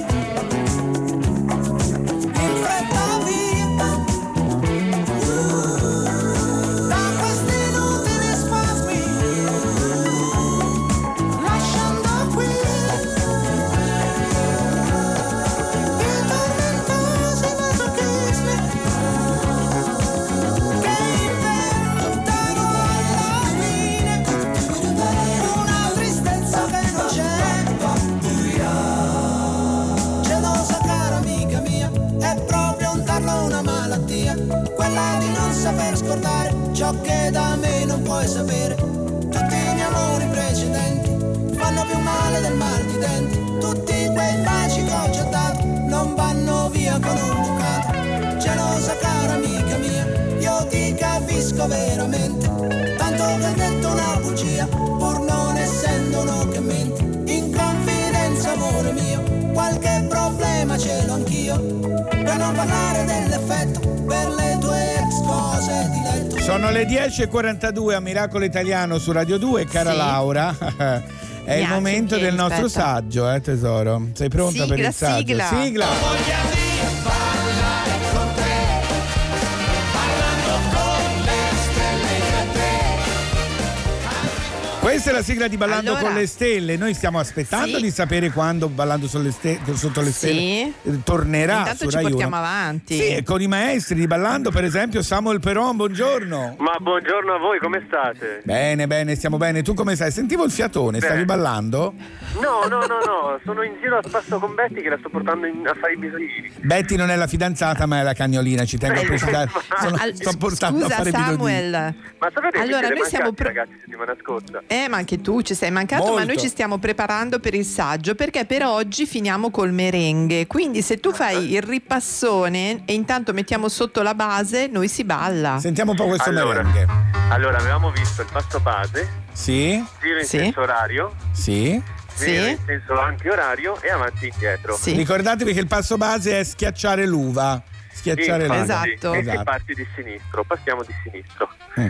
in fretta via, da questi inutili spasmi, parla di non saper scordare ciò che da me non puoi sapere. Tutti i miei amori precedenti fanno più male del mal di denti. Tutti quei baci che ho già dato non vanno via con un bucato. Gelosa cara amica mia, io ti capisco veramente. Tanto che hai detto una bugia, pur non essendo uno che mente. In confidenza amore mio, qualche problema ce l'ho anch'io. Per non parlare dell'effetto, per le tue ex cose di letto. Sono le dieci e quarantadue a Miracolo Italiano su Radio due, cara Sì. Laura. È il Neanche momento ieri, del nostro aspetta. saggio, eh tesoro. Sei pronta Sigla, per il saggio? sigla. Sigla. Questa è la sigla di Ballando Allora. con le Stelle. Noi stiamo aspettando Sì. di sapere quando Ballando sulle ste- sotto le Stelle Sì. eh, tornerà Intanto su ci Rai portiamo uno. avanti. Sì, e con i maestri di Ballando, per esempio Samuel Peron, buongiorno. Ma buongiorno a voi, come state? Bene, bene, stiamo bene. Tu come stai? Sentivo il fiatone, Beh. stavi ballando? No, no, no, no, sono in giro a spasso con Betty che la sto portando in- a fare i bisognini. Betty non è la fidanzata, ma è la cagnolina, ci tengo a precisare. Sono- Al- sto portando Scusa a fare i bisognini. Samuel. Ma sapete che Allora, siete noi siamo mancati, pro- ragazzi, settimana scorsa? Eh, ma anche tu ci sei mancato, Molto. ma noi ci stiamo preparando per il saggio perché per oggi finiamo col merengue. Quindi se tu fai il ripassone e intanto mettiamo sotto la base, noi si balla. Sentiamo un po' questo Allora, merengue. allora, avevamo visto il passo base, Sì? giro in Sì. senso orario, Sì? giro in senso antiorario e avanti e indietro. Ricordatevi che il passo base è schiacciare l'uva. Schiacciare l'uva. Infatti, Esatto. E si parti di sinistro, passiamo di sinistro.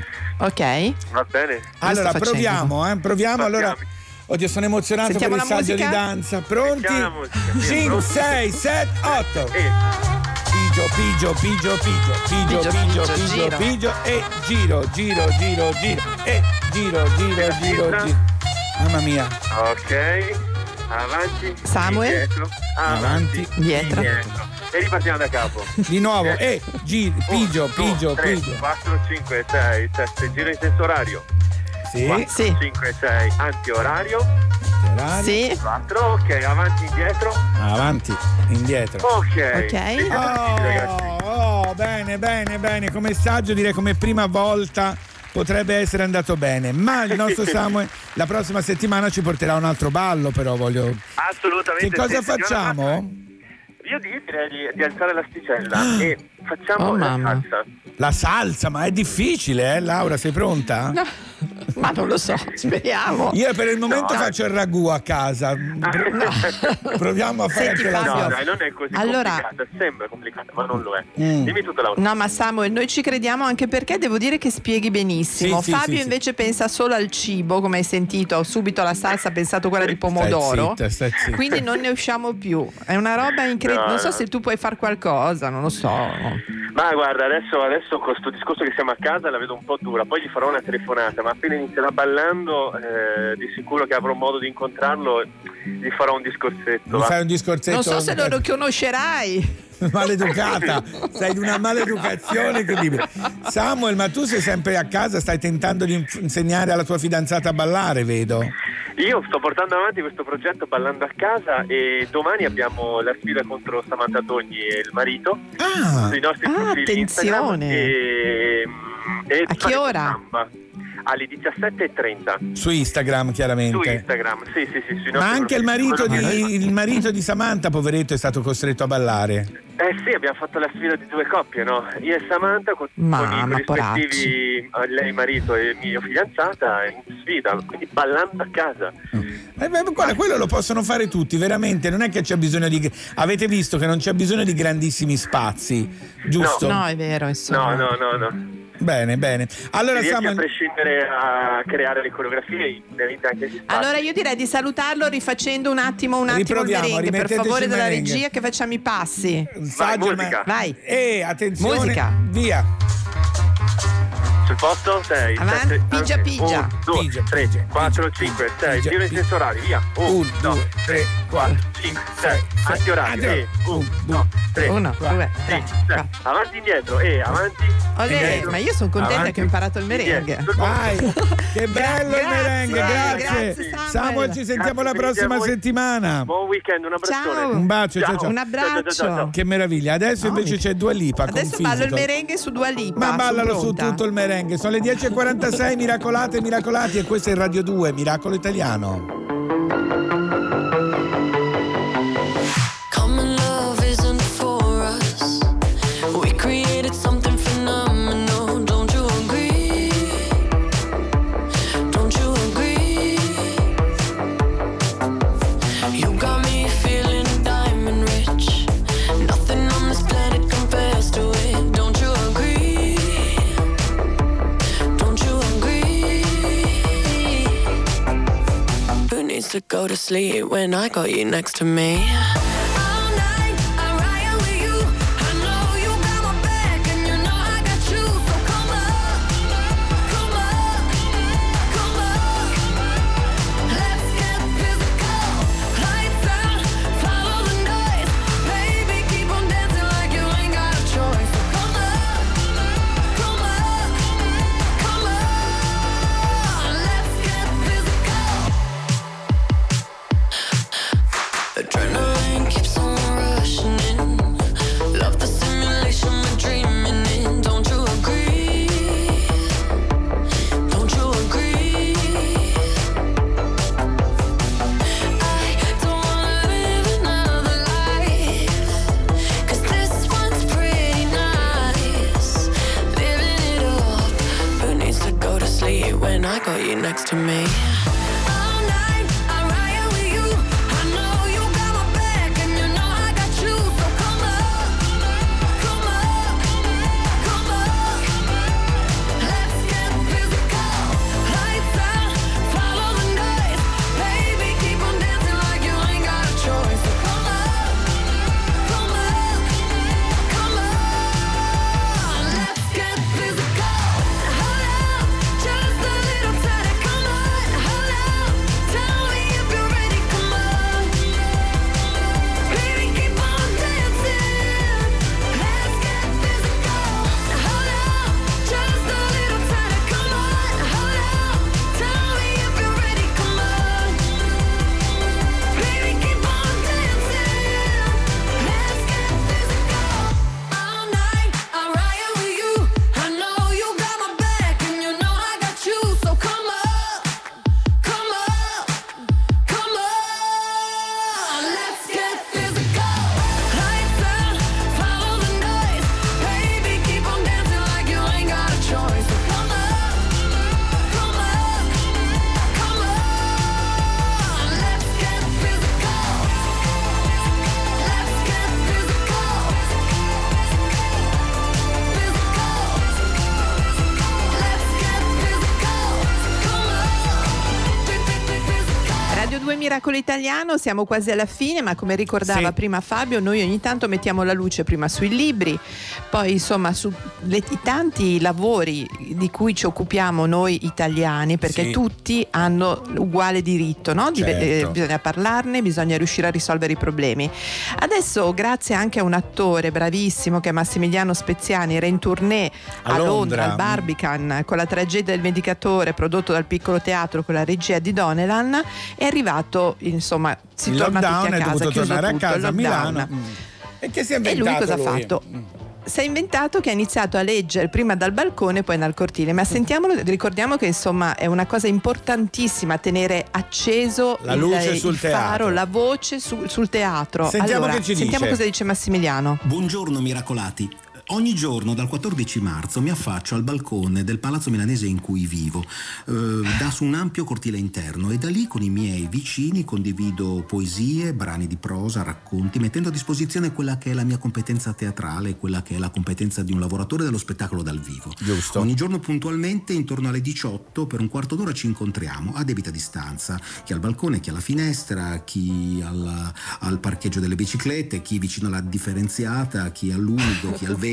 Ok. Va bene? Allora sto proviamo, eh, proviamo. Allora, oddio, sono emozionato Sentiamo per il la saggio musica? di danza. Pronti? Mettiamo la musica, sì, cinque, pronti? sei, sette, otto. E Pigio, pigio, pigio, pigio, pigio, Pigio, pigio, pigio, pigio, giro. pigio e giro, giro, giro, giro e giro, giro, giro, giro. Mamma mia. ok, avanti, Samuel? indietro, Avanti, dietro. E ripartiamo da capo. Di nuovo e giro, pigio, pigio, tre, pigio. quattro, cinque, sei, sette, giro in senso orario. Sì. quattro, Sì. cinque, sei, antiorario. Sì. quattro, ok, avanti, indietro. Avanti, indietro. Ok. Ok. Siete partiti, ragazzi. Oh, oh, bene, bene, bene. Come saggio direi come prima volta potrebbe essere andato bene, ma il nostro Samuel la prossima settimana ci porterà un altro ballo, però voglio... Assolutamente. Che cosa sì, settimana facciamo? prossima- Io direi di, di alzare l'asticella e facciamo Oh, la mamma. salsa. La salsa, ma è difficile, eh? Laura, sei pronta? No, ma non lo so, speriamo. Io per il momento No. faccio il ragù a casa. Proviamo a fare Senti, anche la Fabio. No, salsa. dai, non è così Allora- complicata, sembra complicata, ma non lo è. Mm. Dimmi tutto, Laura. No, ma Samuel, noi ci crediamo anche perché devo dire che spieghi benissimo. Sì, sì, Fabio sì, invece pensa solo al cibo, come hai sentito, ho subito alla salsa, ha pensato quella di pomodoro. Stai zitta, stai zitta. Quindi non ne usciamo più. È una roba incredibile. No, non so no. se tu puoi fare qualcosa, non lo so. Ma guarda, adesso, adesso con questo discorso che siamo a casa la vedo un po' dura, poi gli farò una telefonata, ma appena inizierà ballando eh, di sicuro che avrò modo di incontrarlo, gli farò un discorsetto. Mi va? fai un discorsetto? Non so se lo conoscerai. Maleducata, sei di una maleducazione incredibile. Samuel, ma tu sei sempre a casa, stai tentando di inf- insegnare alla tua fidanzata a ballare, vedo. Io sto portando avanti questo progetto ballando a casa e domani abbiamo la sfida contro Samantha Togni e il marito Ah, sui nostri Ah, profili Instagram attenzione. e, e A che faremo ora? samba alle diciassette e trenta su Instagram su chiaramente. Instagram, sì sì sì, sui Ma nostri anche il profili. marito, Quello che- di, il marito di Samantha, poveretto, è stato costretto a ballare. Eh sì, abbiamo fatto la sfida di due coppie, no? Io e Samantha con, Ma- con i ma rispettivi eh, lei marito e mio fidanzata in sfida, quindi ballando a casa. Eh, beh, guarda, quello lo possono fare tutti, veramente. Non è che c'è bisogno di. Avete visto che non c'è bisogno di grandissimi spazi, giusto? No, è vero, insomma. No, no, no, no. Bene, bene. Allora, Si riesce Samuel, a prescindere a creare le coreografie, ovviamente anche gli spazi. Allora io direi di salutarlo rifacendo un attimo un attimo il Riproviamo, merengue, per rimetteteci favore il della merengue. regia che facciamo i passi. saggio, Vai, musica. ma- Vai. E attenzione, Musica. via. Sul posto? sei, Avanti, sette, pigia, pigia. uno, due, Pigia, tre, pigia, quattro, pigia, cinque, pigia, sei, pigia, giro in pigia. senso orario, via. uno, uno, due, tre, quattro, cinque, sei, anti-orario, e uno, due, tre, uno, quattro, due, cinque, sei, avanti indietro, e avanti. Olè, indietro, ma io sono contenta avanti, che ho imparato il merengue. indietro. Vai, che bello il merengue, grazie. grazie, Samuel. Samuel, ci sentiamo Grazie, la prossima grazie a voi. settimana. Buon weekend, un abbraccione. Ciao. Un bacio, ciao ciao. Un abbraccio. Ciao, ciao, ciao. Che meraviglia. Adesso No, invece mi- c'è Dua Lipa con Adesso ballo il Physical. merengue su Dua Lipa. Ma sono ballalo su pronta. tutto il merengue. Sono le dieci e quarantasei, miracolate e miracolati, e questo è Radio due, Miracolo Italiano. Common love isn't for us. We created something phenomenal. Don't you agree? Don't you agree? You got me feeling diamond rich. Nothing on this planet compares to it. Don't you agree? Don't you agree? Who needs to go to sleep when I got you next to me? Adrenaline keeps on rushing in. Love the simulation we're dreaming in. Don't you agree? Don't you agree? I don't wanna live another life, 'cause this one's pretty nice. Living it up. Who needs to go to sleep when I got you next to me? Miracolo Italiano, siamo quasi alla fine, ma come ricordava Sì. prima Fabio, noi ogni tanto mettiamo la luce prima sui libri, poi insomma su le, i tanti lavori di cui ci occupiamo noi italiani, perché Sì. tutti hanno uguale diritto, no? Di- Certo. eh, bisogna parlarne, bisogna riuscire a risolvere i problemi. Adesso, grazie anche a un attore bravissimo che è Massimiliano Speziani, era in tournée A a Londra, Londra. al Barbican, con la tragedia del Vendicatore, prodotto dal Piccolo Teatro con la regia di Donelan, è arrivato, insomma, si Il torna lockdown tutti a è casa, dovuto chiuso tornare a tutto, casa il a lockdown. Milano. Mm. E che si è E lui inventato cosa ha lui? fatto? Mm. Si è inventato che ha iniziato a leggere prima dal balcone e poi dal cortile, ma sentiamolo, ricordiamo che insomma è una cosa importantissima tenere acceso La il- luce il, sul faro, teatro. la voce su- sul teatro. Sentiamo allora, che ci sentiamo dice. cosa dice Massimiliano. Buongiorno miracolati. Ogni giorno dal quattordici marzo mi affaccio al balcone del palazzo milanese in cui vivo, eh, da su un ampio cortile interno, e da lì con i miei vicini condivido poesie, brani di prosa, racconti, mettendo a disposizione quella che è la mia competenza teatrale, quella che è la competenza di un lavoratore dello spettacolo dal vivo. Giusto. Ogni giorno puntualmente intorno alle diciotto per un quarto d'ora ci incontriamo a debita distanza, chi al balcone, chi alla finestra, chi al, al parcheggio delle biciclette, chi vicino alla differenziata, chi all'umido, chi al vetro,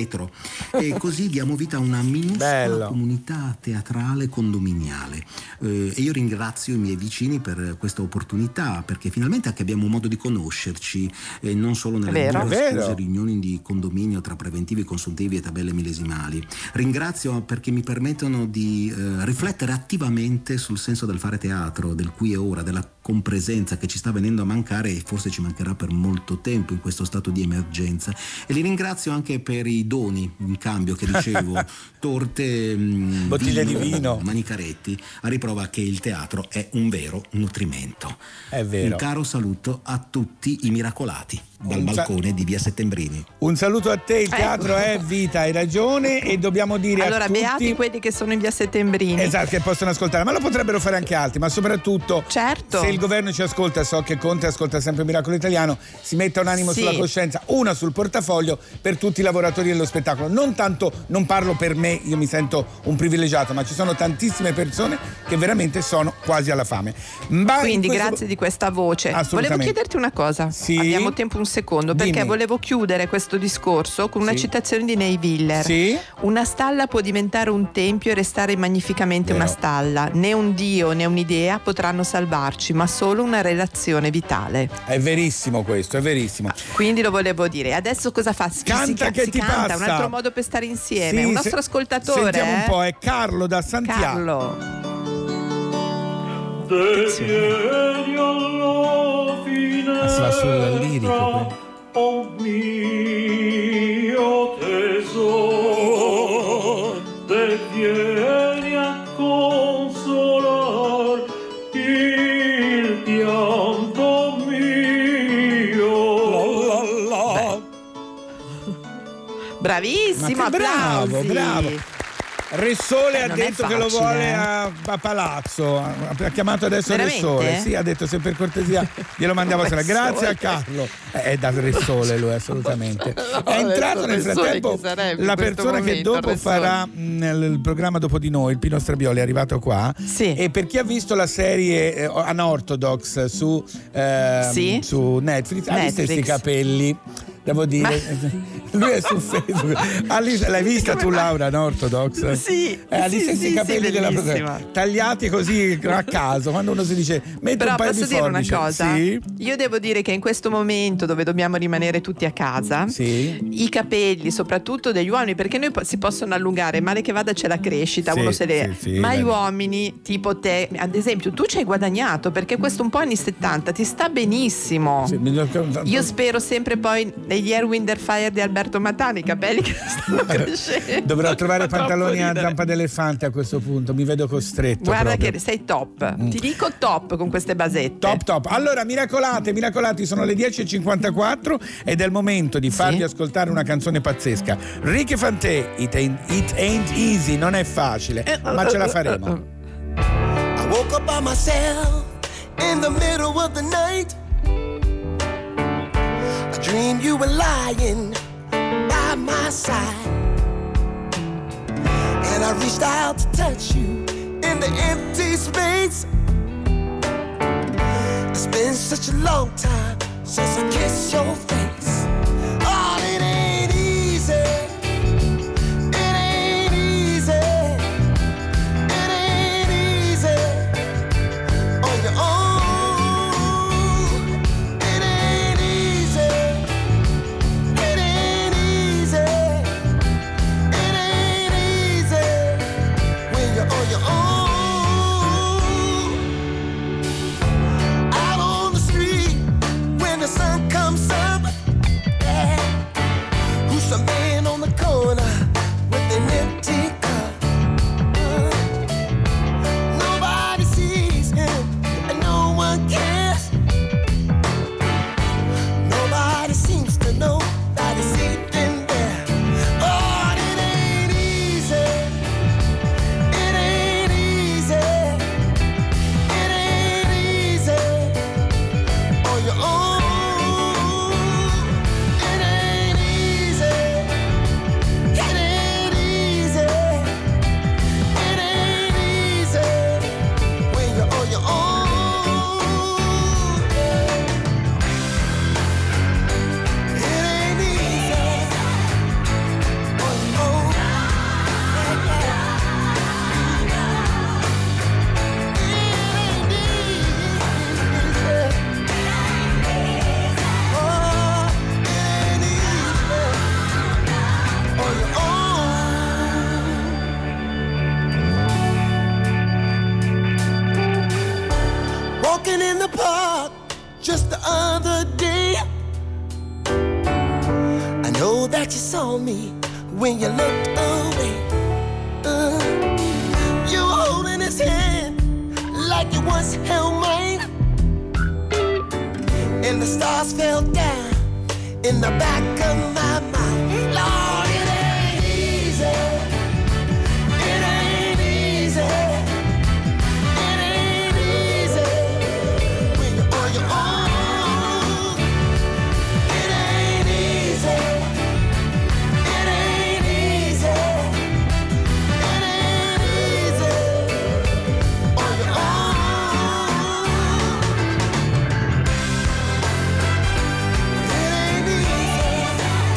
metro, e così diamo vita a una minuscola Bello. comunità teatrale condominiale. Eh, e io ringrazio i miei vicini per questa opportunità, perché finalmente anche abbiamo modo di conoscerci, eh, non solo nelle Vero. numerose riunioni di condominio tra preventivi, consuntivi e tabelle millesimali. Ringrazio perché mi permettono di eh, riflettere attivamente sul senso del fare teatro, del qui e ora, della compresenza che ci sta venendo a mancare e forse ci mancherà per molto tempo in questo stato di emergenza. E li ringrazio anche per i doni in cambio che dicevo, torte, mh, bottiglie di vino, manicaretti, a riprova che il teatro è un vero nutrimento. È vero. Un caro saluto a tutti i miracolati dal Un sa- balcone di via Settembrini. Un saluto a te, il teatro Ecco. è vita, hai ragione, e dobbiamo dire Allora, a tutti... beati quelli che sono in via Settembrini. Esatto, che possono ascoltare, ma lo potrebbero fare anche altri, ma soprattutto certo. se il governo ci ascolta, so che Conte ascolta sempre Miracolo Italiano, si metta un animo Sì. sulla coscienza, una sul portafoglio per tutti i lavoratori dello spettacolo. Non tanto, non parlo per me, io mi sento un privilegiato, ma ci sono tantissime persone che veramente sono quasi alla fame. Ma Quindi questo... grazie di questa voce. Volevo chiederti una cosa. Sì? Abbiamo tempo un secondo, perché Dimmi. volevo chiudere questo discorso con una Sì. citazione di Ney Willer. Sì? Una stalla può diventare un tempio e restare magnificamente Vero. una stalla. Né un dio né un'idea potranno salvarci, ma solo una relazione vitale. È verissimo questo, è verissimo. Quindi lo volevo dire. Adesso cosa fa? Si, Canta si, che si ti canta, passa. un altro modo per stare insieme. Sì, un nostro se- ascoltatore. Sentiamo un eh? po', è Carlo da Santiago. Carlo. Vieni alla finestra, Si va sul lirico, oh mio tesoro, e vieni a consolar il pianto mio. La, Bravissimo, Ma che bravo, applausi. bravo. Re Sole Eh, ha non è detto che lo facile, vuole eh. a, a Palazzo, ha, ha chiamato adesso Re Veramente? Sole, sì, ha detto se per cortesia glielo mandiamo a sera. Re Grazie Sole. a Carlo. Eh, È da Re Sole lui, assolutamente. È entrato nel Re Sole frattempo chi sarebbe in la questo persona che momento, dopo Re Sole? farà mh, il programma dopo di noi, il Pino Strabioli è arrivato qua. Sì. E per chi ha visto la serie eh, Unorthodox su, ehm, Sì. su Netflix, ha gli stessi Netflix. capelli. Devo dire, lui è su Facebook. Ha lì- l'hai vista tu, Laura, Unorthodox? Sì, Eh, ha gli sì, stessi sì, capelli sì, della bellissima. protagonista, tagliati così a caso. Quando uno si dice mette Però un paio posso di dire una forbici. cosa? Sì. Io devo dire che in questo momento dove dobbiamo rimanere tutti a casa, Sì. i capelli, soprattutto degli uomini, perché noi po- si possono allungare, male che vada c'è la crescita, Sì, uno se le... sì, sì, ma gli beh. uomini, tipo te, ad esempio, tu ci hai guadagnato, perché questo un po' anni settanta ti sta benissimo. Sì, mi- Io spero sempre poi negli Air Wind Air Fire di Alberto Matani, i capelli che stanno crescendo. Dovrò trovare Fa troppo pantaloni a ridere. zampa d'elefante a questo punto, mi vedo costretto. Guarda proprio. che sei top, ti dico top con queste basette. Top top. Allora, miracolate, miracolati, sono le dieci e cinquantaquattro ed è il momento di farvi ascoltare una canzone pazzesca. Ricky Fantè, It Ain't, It Ain't Easy, non è facile, ma ce la faremo. I woke up by myself in the middle of the night. I dreamed you were lying by my side, and I reached out to touch you in the empty space. It's been such a long time since I kissed your face. Oh, it ain't easy. It ain't easy. It ain't easy on your own. It ain't easy. It ain't easy. It ain't easy when you're on your own. Out on the street when the sun comes up, walking in the park just the other day. I know that you saw me when you looked away. Uh, you were holding his hand like you once held mine, and the stars fell down in the back of my mind. Lord, it ain't easy. It ain't easy. It ain't easy when you're on your own. It ain't easy. It ain't easy. It ain't easy on your own. It ain't easy.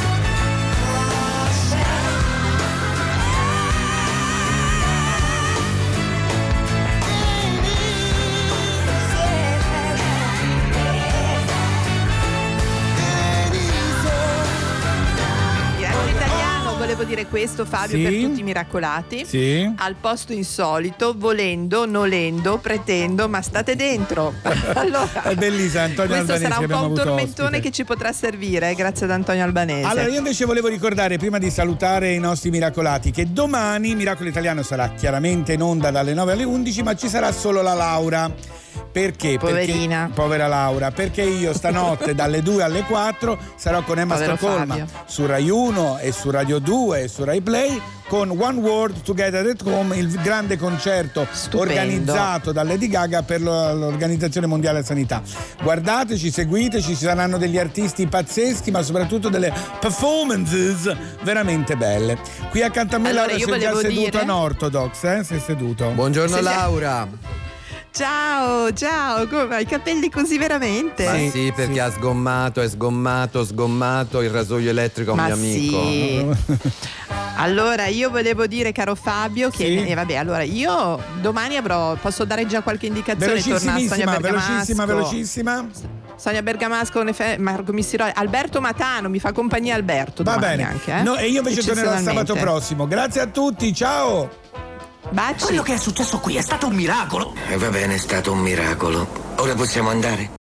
In italiano volevo dire questo, Fabio, Sì. per tutti i miracolati. Sì. Al posto insolito, volendo, nolendo, pretendo, ma state dentro. Allora, È bellissima, Antonio questo Albanesi sarà un po' abbiamo un avuto tormentone ospite. che ci potrà servire, eh, grazie ad Antonio Albanese. Allora, io invece volevo ricordare, prima di salutare i nostri miracolati, che domani Miracolo Italiano sarà chiaramente in onda dalle nove alle undici, ma ci sarà solo la Laura. Perché? Poverina. Perché, povera Laura, perché io stanotte dalle due alle quattro sarò con Emma Povero Stoccolma Fabio. su Rai uno e su Radio due e su Rai Play con One World Together at Home, il grande concerto Stupendo. organizzato da Lady Gaga per lo- l'Organizzazione Mondiale della Sanità. Guardateci, seguiteci, ci saranno degli artisti pazzeschi, ma soprattutto delle performances veramente belle. Qui accanto a me Allora, Laura io sei già volevo seduto dire- a Orthodox, eh? Sei seduto. Buongiorno Sì, sì. Laura. Ciao, ciao, come hai i capelli così veramente? Ma sì, perché ha sgommato, è sgommato, sgommato il rasoio elettrico a un Ma mio amico. sì. Allora, io volevo dire, caro Fabio, che Sì. eh, vabbè, allora io domani avrò, posso dare già qualche indicazione, torna Sonia Velocissimissima, Bergamasco. velocissima, velocissima. Sonia Bergamasco, Nefe- Marco Missiroli, Alberto Matano, mi fa compagnia Alberto Va domani bene. anche, eh? No, e io invece tornerò Eccezionalmente. sabato prossimo. Grazie a tutti, ciao! Baci. Quello che è successo qui è stato un miracolo. E va bene, è stato un miracolo. Ora possiamo andare?